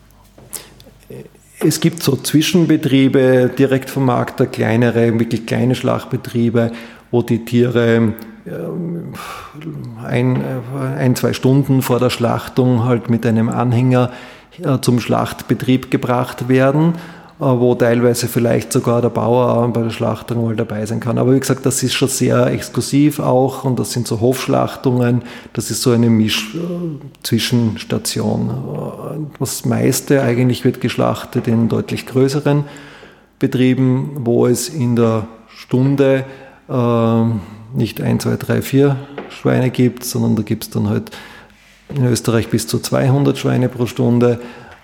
B: Es gibt so Zwischenbetriebe, Direktvermarkter, kleinere, wirklich kleine Schlachtbetriebe, wo die Tiere ein, ein, zwei Stunden vor der Schlachtung halt mit einem Anhänger zum Schlachtbetrieb gebracht werden, wo teilweise vielleicht sogar der Bauer bei der Schlachtung mal dabei sein kann. Aber wie gesagt, das ist schon sehr exklusiv auch, und das sind so Hofschlachtungen, das ist so eine Misch-Zwischenstation. Das meiste eigentlich wird geschlachtet in deutlich größeren Betrieben, wo es in der Stunde äh, nicht ein, zwei, drei, vier Schweine gibt, sondern da gibt es dann halt in Österreich bis zu zweihundert Schweine pro Stunde,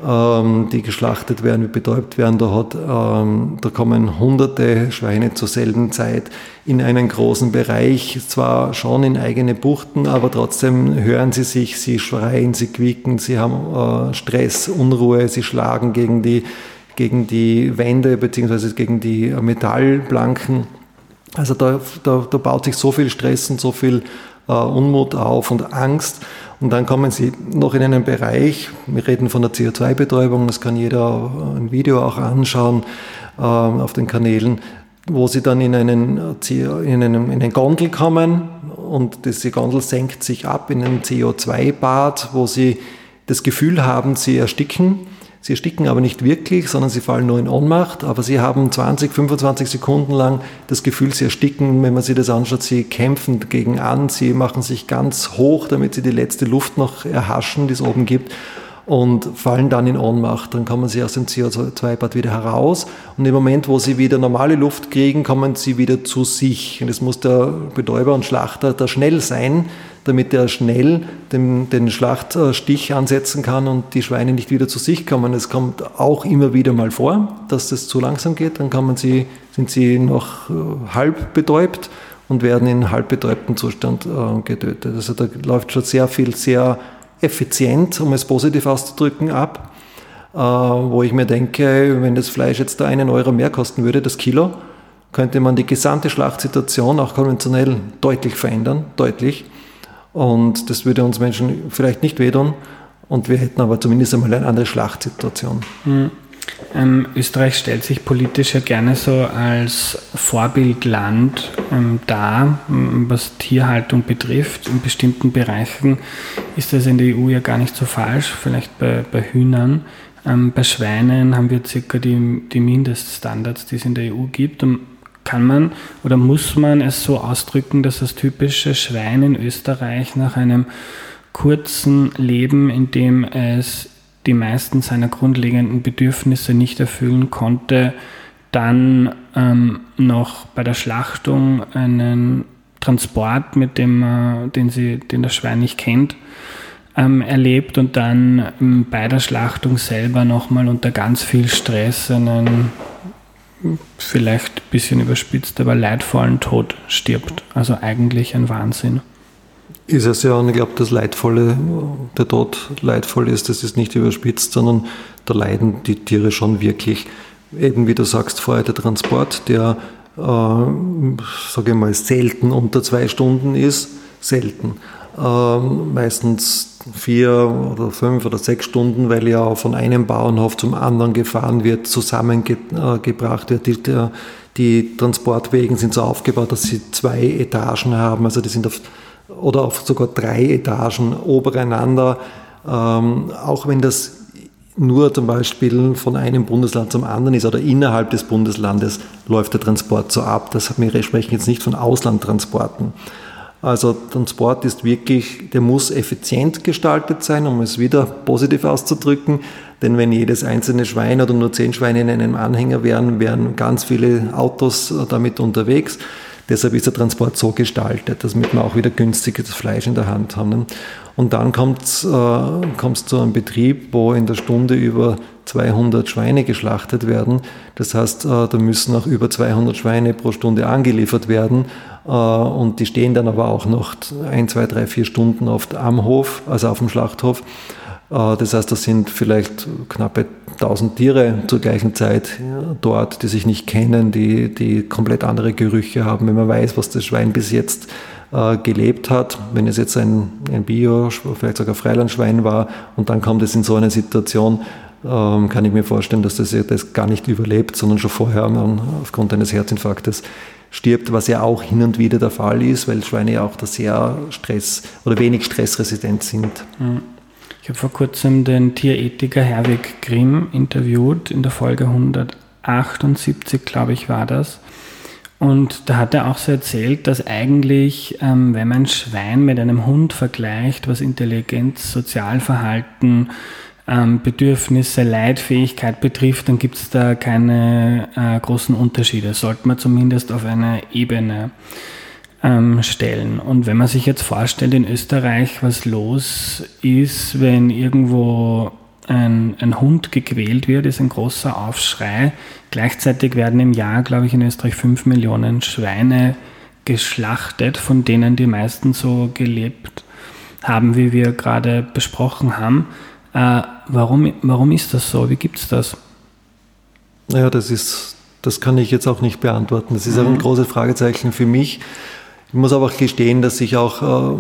B: die geschlachtet werden, betäubt werden. Da, hat, ähm, da kommen hunderte Schweine zur selben Zeit in einen großen Bereich, zwar schon in eigene Buchten, aber trotzdem hören sie sich, sie schreien, sie quieken, sie haben äh, Stress, Unruhe, sie schlagen gegen die, gegen die Wände bzw. gegen die Metallplanken. Also da, da, da baut sich so viel Stress und so viel äh, Unmut auf und Angst. Und dann kommen sie noch in einen Bereich, wir reden von der C O zwei Betäubung, das kann jeder ein Video auch anschauen äh, auf den Kanälen, wo sie dann in einen, in einen, in einen Gondel kommen, und diese Gondel senkt sich ab in ein C O zwei Bad, wo sie das Gefühl haben, sie ersticken. Sie ersticken aber nicht wirklich, sondern sie fallen nur in Ohnmacht, aber sie haben zwanzig, fünfundzwanzig Sekunden lang das Gefühl, sie ersticken. Wenn man sich das anschaut, sie kämpfen dagegen an, sie machen sich ganz hoch, damit sie die letzte Luft noch erhaschen, die es oben gibt, und fallen dann in Ohnmacht. Dann kommen sie aus dem C O zwei Bad wieder heraus, und im Moment, wo sie wieder normale Luft kriegen, kommen sie wieder zu sich. Und es muss der Betäuber und Schlachter da schnell sein, damit er schnell den, den Schlachtstich ansetzen kann und die Schweine nicht wieder zu sich kommen. Es kommt auch immer wieder mal vor, dass das zu langsam geht. Dann kommen sie, sind sie noch halb betäubt und werden in halb betäubtem Zustand äh, getötet. Also da läuft schon sehr viel, sehr effizient, um es positiv auszudrücken, ab, äh, wo ich mir denke, wenn das Fleisch jetzt da einen Euro mehr kosten würde, das Kilo, könnte man die gesamte Schlachtsituation auch konventionell deutlich verändern, deutlich. Und das würde uns Menschen vielleicht nicht wehtun, und wir hätten aber zumindest einmal eine andere Schlachtsituation.
A: Mhm. Ähm, Österreich stellt sich politisch ja gerne so als Vorbildland ähm, dar, was Tierhaltung betrifft. In bestimmten Bereichen ist das in der E U ja gar nicht so falsch, vielleicht bei, bei Hühnern. Ähm, bei Schweinen haben wir circa die, die Mindeststandards, die es in der E U gibt. Und kann man oder muss man es so ausdrücken, dass das typische Schwein in Österreich nach einem kurzen Leben, in dem es die meisten seiner grundlegenden Bedürfnisse nicht erfüllen konnte, dann ähm, noch bei der Schlachtung einen Transport, mit dem, äh, den, sie, den das Schwein nicht kennt, ähm, erlebt, und dann ähm, bei der Schlachtung selber nochmal unter ganz viel Stress einen vielleicht ein bisschen überspitzt, aber leidvollen Tod stirbt. Also eigentlich ein Wahnsinn.
B: Ist es ja, und ich glaube, das Leidvolle, der Tod leidvoll ist, das ist nicht überspitzt, sondern da leiden die Tiere schon wirklich. Eben wie du sagst vorher, der Transport, der, äh, sage ich mal, selten unter zwei Stunden ist, selten. Äh, meistens vier oder fünf oder sechs Stunden, weil ja von einem Bauernhof zum anderen gefahren wird, zusammengebracht wird. Die, die Transportwegen sind so aufgebaut, dass sie zwei Etagen haben, also die sind auf, oder auf sogar drei Etagen obereinander. Ähm, auch wenn das nur zum Beispiel von einem Bundesland zum anderen ist oder innerhalb des Bundeslandes läuft der Transport so ab. Das, wir sprechen jetzt nicht von Auslandtransporten. Also Transport ist wirklich, der muss effizient gestaltet sein, um es wieder positiv auszudrücken. Denn wenn jedes einzelne Schwein oder nur zehn Schweine in einem Anhänger wären, wären ganz viele Autos damit unterwegs. Deshalb ist der Transport so gestaltet, damit wir auch wieder günstiges Fleisch in der Hand haben. Und dann kommt es äh, zu einem Betrieb, wo in der Stunde über zweihundert Schweine geschlachtet werden. Das heißt, äh, da müssen auch über zweihundert Schweine pro Stunde angeliefert werden. Äh, und die stehen dann aber auch noch ein, zwei, drei, vier Stunden oft am Hof, also auf dem Schlachthof. Äh, das heißt, das sind vielleicht knappe tausend Tiere zur gleichen Zeit dort, die sich nicht kennen, die, die komplett andere Gerüche haben, wenn man weiß, was das Schwein bis jetzt äh, gelebt hat. Wenn es jetzt ein, ein Bio, vielleicht sogar Freilandschwein war und dann kommt es in so eine Situation, ähm, kann ich mir vorstellen, dass das, das gar nicht überlebt, sondern schon vorher ähm, aufgrund eines Herzinfarktes stirbt, was ja auch hin und wieder der Fall ist, weil Schweine ja auch da sehr stress- oder wenig stressresistent sind.
A: Mhm. Ich habe vor kurzem den Tierethiker Herwig Grimm interviewt, in der Folge hundertachtundsiebzig, glaube ich, war das. Und da hat er auch so erzählt, dass eigentlich, ähm, wenn man ein Schwein mit einem Hund vergleicht, was Intelligenz, Sozialverhalten, ähm, Bedürfnisse, Leitfähigkeit betrifft, dann gibt es da keine äh, großen Unterschiede. Sollte man zumindest auf eine Ebene stellen. Und wenn man sich jetzt vorstellt in Österreich, was los ist, wenn irgendwo ein, ein Hund gequält wird, ist ein großer Aufschrei. Gleichzeitig werden im Jahr, glaube ich, in Österreich fünf Millionen Schweine geschlachtet, von denen die meisten so gelebt haben, wie wir gerade besprochen haben. Äh, warum, warum ist das so? Wie gibt es das?
B: Naja, das ist, das kann ich jetzt auch nicht beantworten. Das ist mhm. auch ein großes Fragezeichen für mich. Ich muss aber auch gestehen, dass ich auch äh,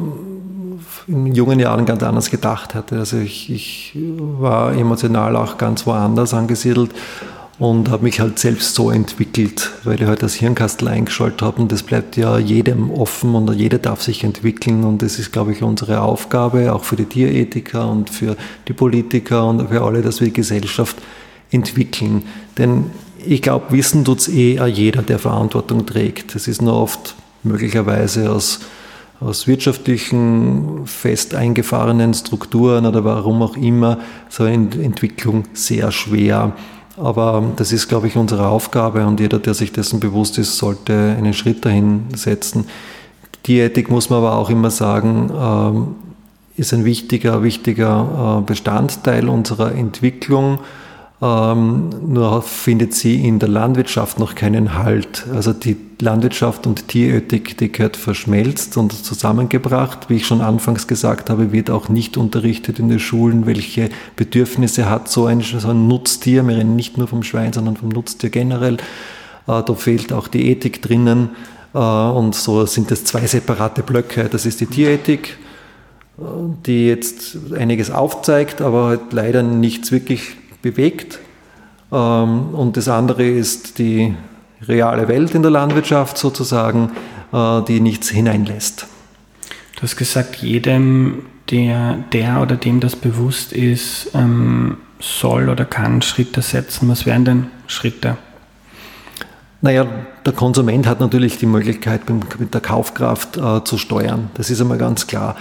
B: in jungen Jahren ganz anders gedacht hatte. Also ich, ich war emotional auch ganz woanders angesiedelt und habe mich halt selbst so entwickelt, weil ich halt das Hirnkastel eingeschaltet habe und das bleibt ja jedem offen und jeder darf sich entwickeln und das ist, glaube ich, unsere Aufgabe, auch für die Tierethiker und für die Politiker und für alle, dass wir die Gesellschaft entwickeln. Denn ich glaube, wissen tut es eh jeder, der Verantwortung trägt. Es ist nur oft möglicherweise aus, aus wirtschaftlichen, fest eingefahrenen Strukturen oder warum auch immer, so eine Entwicklung sehr schwer. Aber das ist, glaube ich, unsere Aufgabe und jeder, der sich dessen bewusst ist, sollte einen Schritt dahin setzen. Tierethik, muss man aber auch immer sagen, ist ein wichtiger, wichtiger Bestandteil unserer Entwicklung. Ähm, nur findet sie in der Landwirtschaft noch keinen Halt. Also die Landwirtschaft und Tierethik, die gehört verschmelzt und zusammengebracht. Wie ich schon anfangs gesagt habe, wird auch nicht unterrichtet in den Schulen, welche Bedürfnisse hat so ein, so ein Nutztier. Wir reden nicht nur vom Schwein, sondern vom Nutztier generell. Äh, da fehlt auch die Ethik drinnen. Äh, und so sind es zwei separate Blöcke. Das ist die Tierethik, die jetzt einiges aufzeigt, aber halt leider nichts wirklich bewegt. Und das andere ist die reale Welt in der Landwirtschaft sozusagen, die nichts hineinlässt.
A: Du hast gesagt, jedem, der, der oder dem das bewusst ist, soll oder kann Schritte setzen. Was wären denn Schritte?
B: Naja, der Konsument hat natürlich die Möglichkeit, mit der Kaufkraft zu steuern. Das ist einmal ganz klar.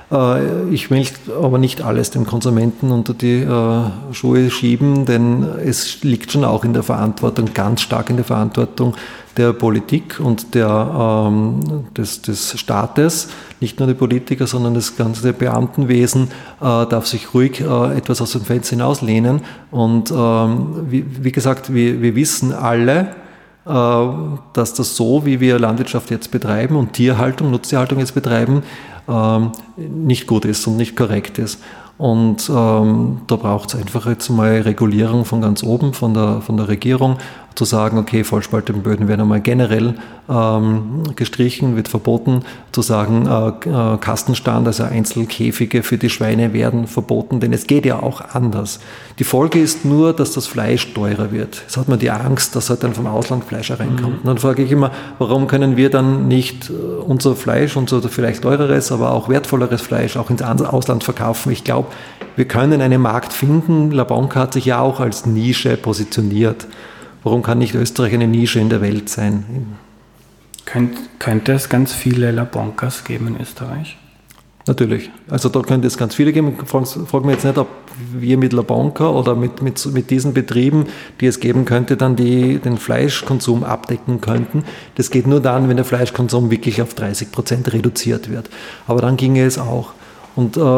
B: Ich will aber nicht alles dem Konsumenten unter die äh, Schuhe schieben, denn es liegt schon auch in der Verantwortung, ganz stark in der Verantwortung der Politik und der, ähm, des, des Staates. Nicht nur die Politiker, sondern das ganze Beamtenwesen äh, darf sich ruhig äh, etwas aus dem Fenster hinauslehnen. Und ähm, wie, wie gesagt, wir, wir wissen alle, äh, dass das so, wie wir Landwirtschaft jetzt betreiben und Tierhaltung, Nutztierhaltung jetzt betreiben, Ähm, nicht gut ist und nicht korrekt ist. Und ähm, da braucht es einfach jetzt mal Regulierung von ganz oben, von der, von der Regierung, zu sagen, okay, Vollspaltenböden werden einmal generell ähm, gestrichen, wird verboten, zu sagen, äh, äh, Kastenstand, also Einzelkäfige für die Schweine werden verboten, denn es geht ja auch anders. Die Folge ist nur, dass das Fleisch teurer wird. Jetzt hat man die Angst, dass halt dann vom Ausland Fleisch hereinkommt. Mhm. Und dann frage ich immer, warum können wir dann nicht unser Fleisch, unser vielleicht teureres, aber auch wertvolleres Fleisch auch ins Ausland verkaufen? Ich glaube, wir können einen Markt finden. La Banca hat sich ja auch als Nische positioniert. Warum kann nicht Österreich eine Nische in der Welt sein?
A: Könnt, könnte es ganz viele Labonkers geben in Österreich?
B: Natürlich. Also da könnte es ganz viele geben. Fragen frag mich jetzt nicht, ob wir mit Labonka oder mit, mit, mit diesen Betrieben, die es geben könnte, dann die, den Fleischkonsum abdecken könnten. Das geht nur dann, wenn der Fleischkonsum wirklich auf dreißig Prozent reduziert wird. Aber dann ginge es auch. Und äh,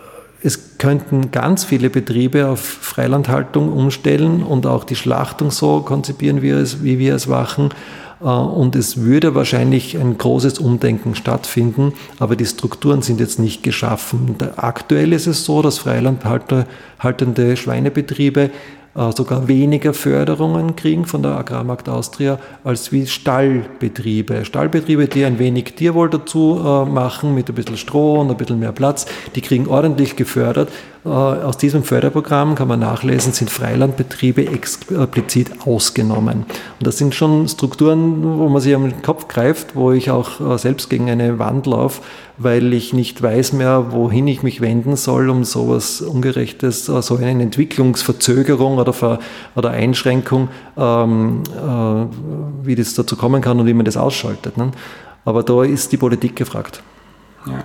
B: es könnten ganz viele Betriebe auf Freilandhaltung umstellen und auch die Schlachtung so konzipieren, wie, es, wie wir es machen. Und es würde wahrscheinlich ein großes Umdenken stattfinden, aber die Strukturen sind jetzt nicht geschaffen. Aktuell ist es so, dass freilandhaltende Schweinebetriebe sogar weniger Förderungen kriegen von der Agrarmarkt Austria als wie Stallbetriebe. Stallbetriebe, die ein wenig Tierwohl dazu äh, machen, mit ein bisschen Stroh und ein bisschen mehr Platz, die kriegen ordentlich gefördert. Äh, aus diesem Förderprogramm, kann man nachlesen, sind Freilandbetriebe explizit ausgenommen. Und das sind schon Strukturen, wo man sich am Kopf greift, wo ich auch äh, selbst gegen eine Wand laufe, weil ich nicht weiß mehr, wohin ich mich wenden soll, um sowas Ungerechtes, so eine Entwicklungsverzögerung oder, Ver, oder Einschränkung, ähm, äh, wie das dazu kommen kann und wie man das ausschaltet. Ne? Aber da ist die Politik gefragt.
A: Ja.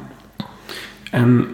A: Ähm,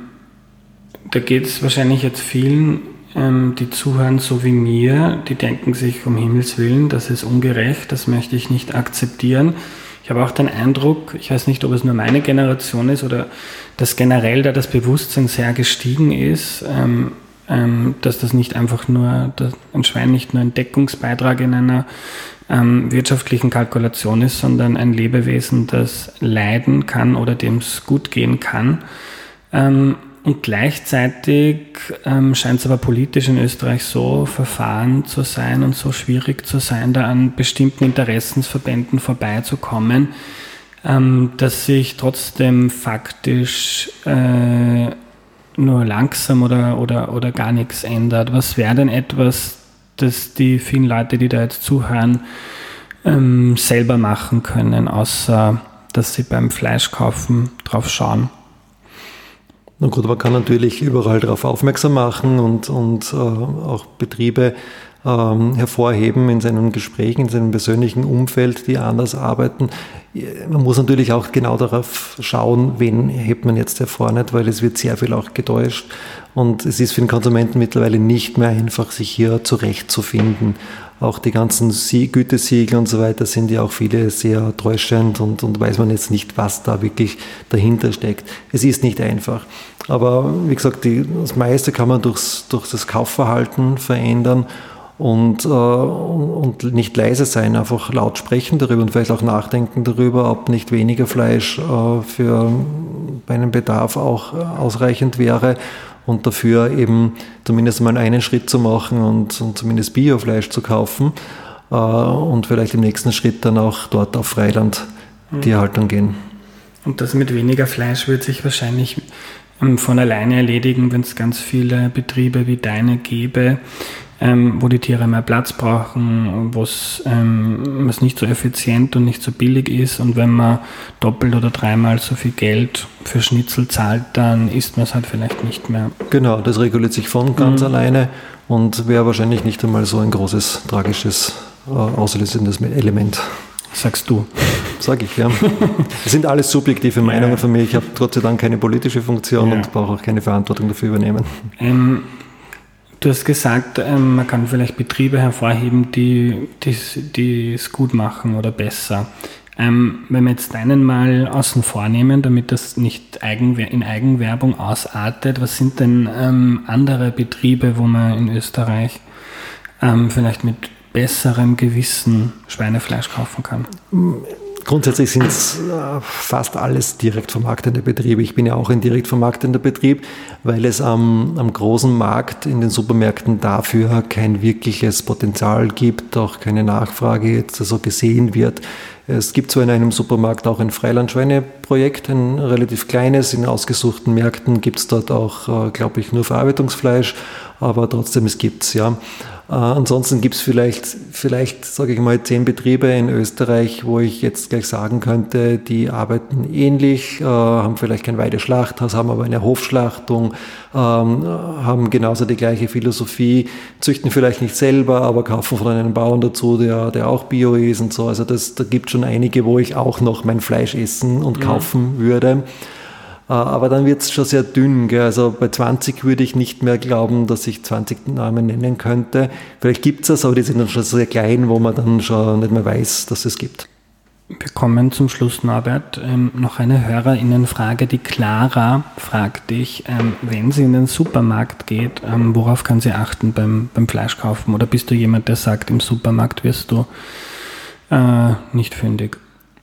A: da geht es wahrscheinlich jetzt vielen, ähm, die zuhören, so wie mir, die denken sich, um Himmels Willen, das ist ungerecht, das möchte ich nicht akzeptieren. Ich habe auch den Eindruck, ich weiß nicht, ob es nur meine Generation ist oder dass generell da das Bewusstsein sehr gestiegen ist, ähm, ähm, dass das nicht einfach nur, dass ein Schwein nicht nur ein Deckungsbeitrag in einer ähm, wirtschaftlichen Kalkulation ist, sondern ein Lebewesen, das leiden kann oder dem es gut gehen kann. Ähm, Und gleichzeitig ähm, scheint es aber politisch in Österreich so verfahren zu sein und so schwierig zu sein, da an bestimmten Interessensverbänden vorbeizukommen, ähm, dass sich trotzdem faktisch äh, nur langsam oder, oder, oder gar nichts ändert. Was wäre denn etwas, das die vielen Leute, die da jetzt zuhören, ähm, selber machen können, außer dass sie beim Fleischkaufen drauf schauen?
B: Na gut, man kann natürlich überall darauf aufmerksam machen und, und äh, auch Betriebe ähm, hervorheben in seinen Gesprächen, in seinem persönlichen Umfeld, die anders arbeiten. Man muss natürlich auch genau darauf schauen, wen hebt man jetzt hervor, nicht, weil es wird sehr viel auch getäuscht und es ist für den Konsumenten mittlerweile nicht mehr einfach, sich hier zurechtzufinden. Auch die ganzen Gütesiegel und so weiter sind ja auch viele sehr täuschend und, und weiß man jetzt nicht, was da wirklich dahinter steckt. Es ist nicht einfach. Aber wie gesagt, die, das meiste kann man durchs, durch das Kaufverhalten verändern und, äh, und nicht leise sein, einfach laut sprechen darüber und vielleicht auch nachdenken darüber, ob nicht weniger Fleisch äh, für meinen Bedarf auch ausreichend wäre. Und dafür eben zumindest mal einen Schritt zu machen und, und zumindest Biofleisch zu kaufen äh, und vielleicht im nächsten Schritt dann auch dort auf Freiland-Tierhaltung gehen.
A: Und das mit weniger Fleisch wird sich wahrscheinlich ähm, von alleine erledigen, wenn es ganz viele Betriebe wie deine gäbe, ähm, wo die Tiere mehr Platz brauchen, wo es ähm, nicht so effizient und nicht so billig ist und wenn man doppelt oder dreimal so viel Geld für Schnitzel zahlt, dann isst man es halt vielleicht nicht mehr.
B: Genau, das reguliert sich von ganz mhm. alleine und wäre wahrscheinlich nicht einmal so ein großes, tragisches, äh, auslösendes Element.
A: Sagst du.
B: Sag ich, ja. Das sind alles subjektive Meinungen ja. von mir. Ich habe Gott sei Dank keine politische Funktion ja. und brauche auch keine Verantwortung dafür übernehmen.
A: Ähm, Du hast gesagt, ähm, man kann vielleicht Betriebe hervorheben, die die es gut machen oder besser. Ähm, wenn wir jetzt deinen mal außen vor nehmen, damit das nicht Eigenwer- in Eigenwerbung ausartet, was sind denn ähm, andere Betriebe, wo man in Österreich ähm, vielleicht mit besserem Gewissen Schweinefleisch kaufen kann?
B: Grundsätzlich sind es äh, fast alles direkt vermarktende Betriebe. Ich bin ja auch ein direkt vermarktender Betrieb, weil es am, am großen Markt in den Supermärkten dafür kein wirkliches Potenzial gibt, auch keine Nachfrage jetzt so gesehen wird. Es gibt zwar in einem Supermarkt auch ein Freilandschweine-Projekt, ein relativ kleines, in ausgesuchten Märkten gibt es dort auch, äh, glaube ich, nur Verarbeitungsfleisch, aber trotzdem, es gibt's, ja. Äh, ansonsten gibt's vielleicht, vielleicht, sage ich mal, zehn Betriebe in Österreich, wo ich jetzt gleich sagen könnte, die arbeiten ähnlich, äh, haben vielleicht kein Weideschlachthaus, haben aber eine Hofschlachtung, ähm, haben genauso die gleiche Philosophie, züchten vielleicht nicht selber, aber kaufen von einem Bauern dazu, der, der auch Bio ist und so. Also das, da gibt schon einige, wo ich auch noch mein Fleisch essen und kaufen mhm. würde. Aber dann wird es schon sehr dünn. Gell? Also bei zwanzig würde ich nicht mehr glauben, dass ich zwanzig Namen nennen könnte. Vielleicht gibt es das, aber die sind dann schon sehr klein, wo man dann schon nicht mehr weiß, dass es gibt.
A: Wir kommen zum Schluss, Norbert. Ähm, noch eine HörerInnenfrage. Die Clara fragt dich, ähm, wenn sie in den Supermarkt geht, ähm, worauf kann sie achten beim, beim Fleischkaufen? Oder bist du jemand, der sagt, im Supermarkt wirst du äh, nicht fündig?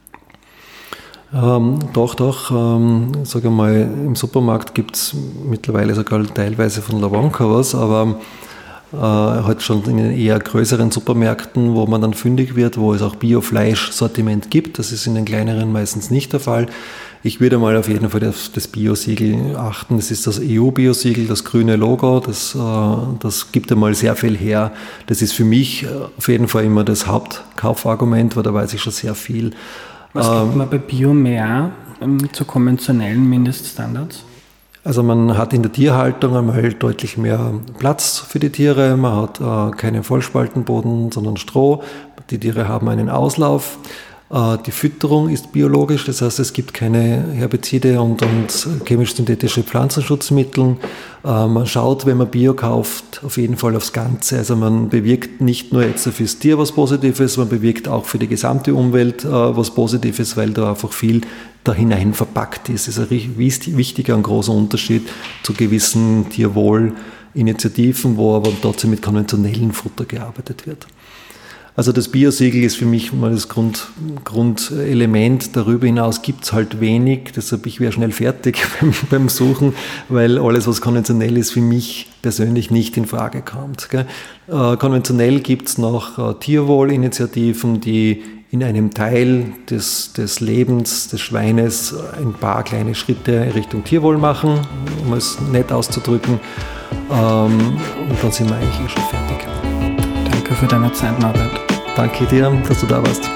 B: Ähm, doch, doch. Ähm, sage mal, im Supermarkt gibt es mittlerweile sogar teilweise von Lawonka was, aber äh, halt schon in den eher größeren Supermärkten, wo man dann fündig wird, wo es auch Bio-Fleisch-Sortiment gibt. Das ist in den kleineren meistens nicht der Fall. Ich würde mal auf jeden Fall auf das Bio-Siegel achten. Das ist das E U-Bio-Siegel, das grüne Logo. Das, äh, das gibt einmal sehr viel her. Das ist für mich auf jeden Fall immer das Hauptkaufargument, weil da weiß ich schon sehr viel.
A: Was gibt man bei Bio mehr ähm, zu konventionellen Mindeststandards?
B: Also man hat in der Tierhaltung einmal deutlich mehr Platz für die Tiere. Man hat äh, keinen Vollspaltenboden, sondern Stroh. Die Tiere haben einen Auslauf. Äh, die Fütterung ist biologisch, das heißt, es gibt keine Herbizide und, und chemisch-synthetische Pflanzenschutzmittel. Äh, man schaut, wenn man Bio kauft, auf jeden Fall aufs Ganze. Also man bewirkt nicht nur jetzt fürs Tier was Positives, man bewirkt auch für die gesamte Umwelt äh, was Positives, weil da einfach viel da hinein verpackt ist. Das ist ein wichtiger und großer Unterschied zu gewissen Tierwohlinitiativen, wo aber trotzdem mit konventionellem Futter gearbeitet wird. Also das Bio-Siegel ist für mich mal das Grund, Grundelement. Darüber hinaus gibt es halt wenig, deshalb ich wäre schnell fertig beim, beim Suchen, weil alles, was konventionell ist, für mich persönlich nicht in Frage kommt. Gell? Äh, konventionell gibt es noch äh, Tierwohlinitiativen, die in einem Teil des, des Lebens des Schweines ein paar kleine Schritte Richtung Tierwohl machen, um es nett auszudrücken. Ähm, und dann sind wir eigentlich schon fertig.
A: Danke für deine Zeit, Norbert.
B: Danke dir, dass du da warst.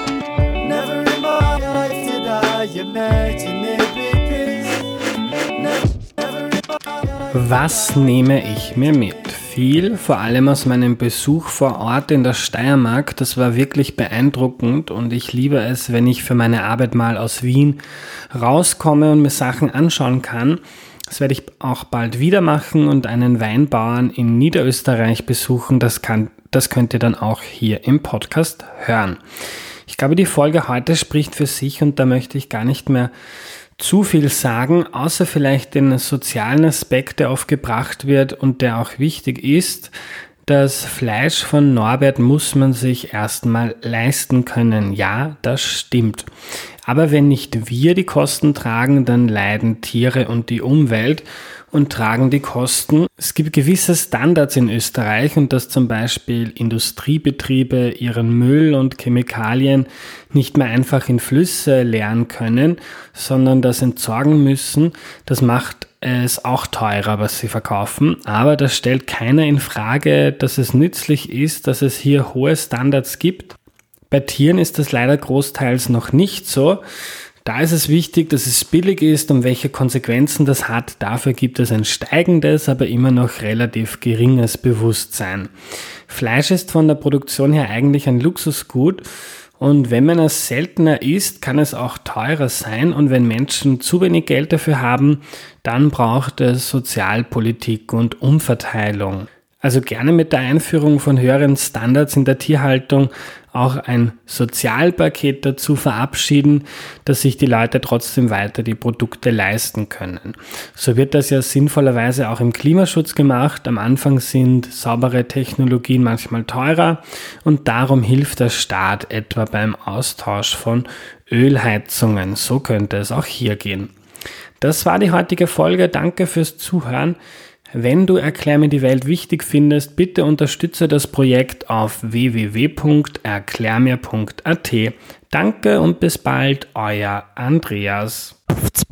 A: Was nehme ich mir mit? Viel, vor allem aus meinem Besuch vor Ort in der Steiermark. Das war wirklich beeindruckend und ich liebe es, wenn ich für meine Arbeit mal aus Wien rauskomme und mir Sachen anschauen kann. Das werde ich auch bald wieder machen und einen Weinbauern in Niederösterreich besuchen. Das kann, das könnt ihr dann auch hier im Podcast hören. Ich glaube, die Folge heute spricht für sich und da möchte ich gar nicht mehr zu viel sagen, außer vielleicht den sozialen Aspekt, der oft gebracht wird und der auch wichtig ist. Das Fleisch von Norbert muss man sich erstmal leisten können. Ja, das stimmt. Aber wenn nicht wir die Kosten tragen, dann leiden Tiere und die Umwelt und tragen die Kosten. Es gibt gewisse Standards in Österreich und dass zum Beispiel Industriebetriebe ihren Müll und Chemikalien nicht mehr einfach in Flüsse leeren können, sondern das entsorgen müssen. Das macht es auch teurer, was sie verkaufen. Aber das stellt keiner in Frage, dass es nützlich ist, dass es hier hohe Standards gibt. Bei Tieren ist das leider großteils noch nicht so. Da ist es wichtig, dass es billig ist und welche Konsequenzen das hat. Dafür gibt es ein steigendes, aber immer noch relativ geringes Bewusstsein. Fleisch ist von der Produktion her eigentlich ein Luxusgut und wenn man es seltener isst, kann es auch teurer sein und wenn Menschen zu wenig Geld dafür haben, dann braucht es Sozialpolitik und Umverteilung. Also gerne mit der Einführung von höheren Standards in der Tierhaltung auch ein Sozialpaket dazu verabschieden, dass sich die Leute trotzdem weiter die Produkte leisten können. So wird das ja sinnvollerweise auch im Klimaschutz gemacht. Am Anfang sind saubere Technologien manchmal teurer und darum hilft der Staat etwa beim Austausch von Ölheizungen. So könnte es auch hier gehen. Das war die heutige Folge. Danke fürs Zuhören. Wenn du Erklär mir die Welt wichtig findest, bitte unterstütze das Projekt auf w w w punkt erklär mir punkt a t. Danke und bis bald, euer Andreas.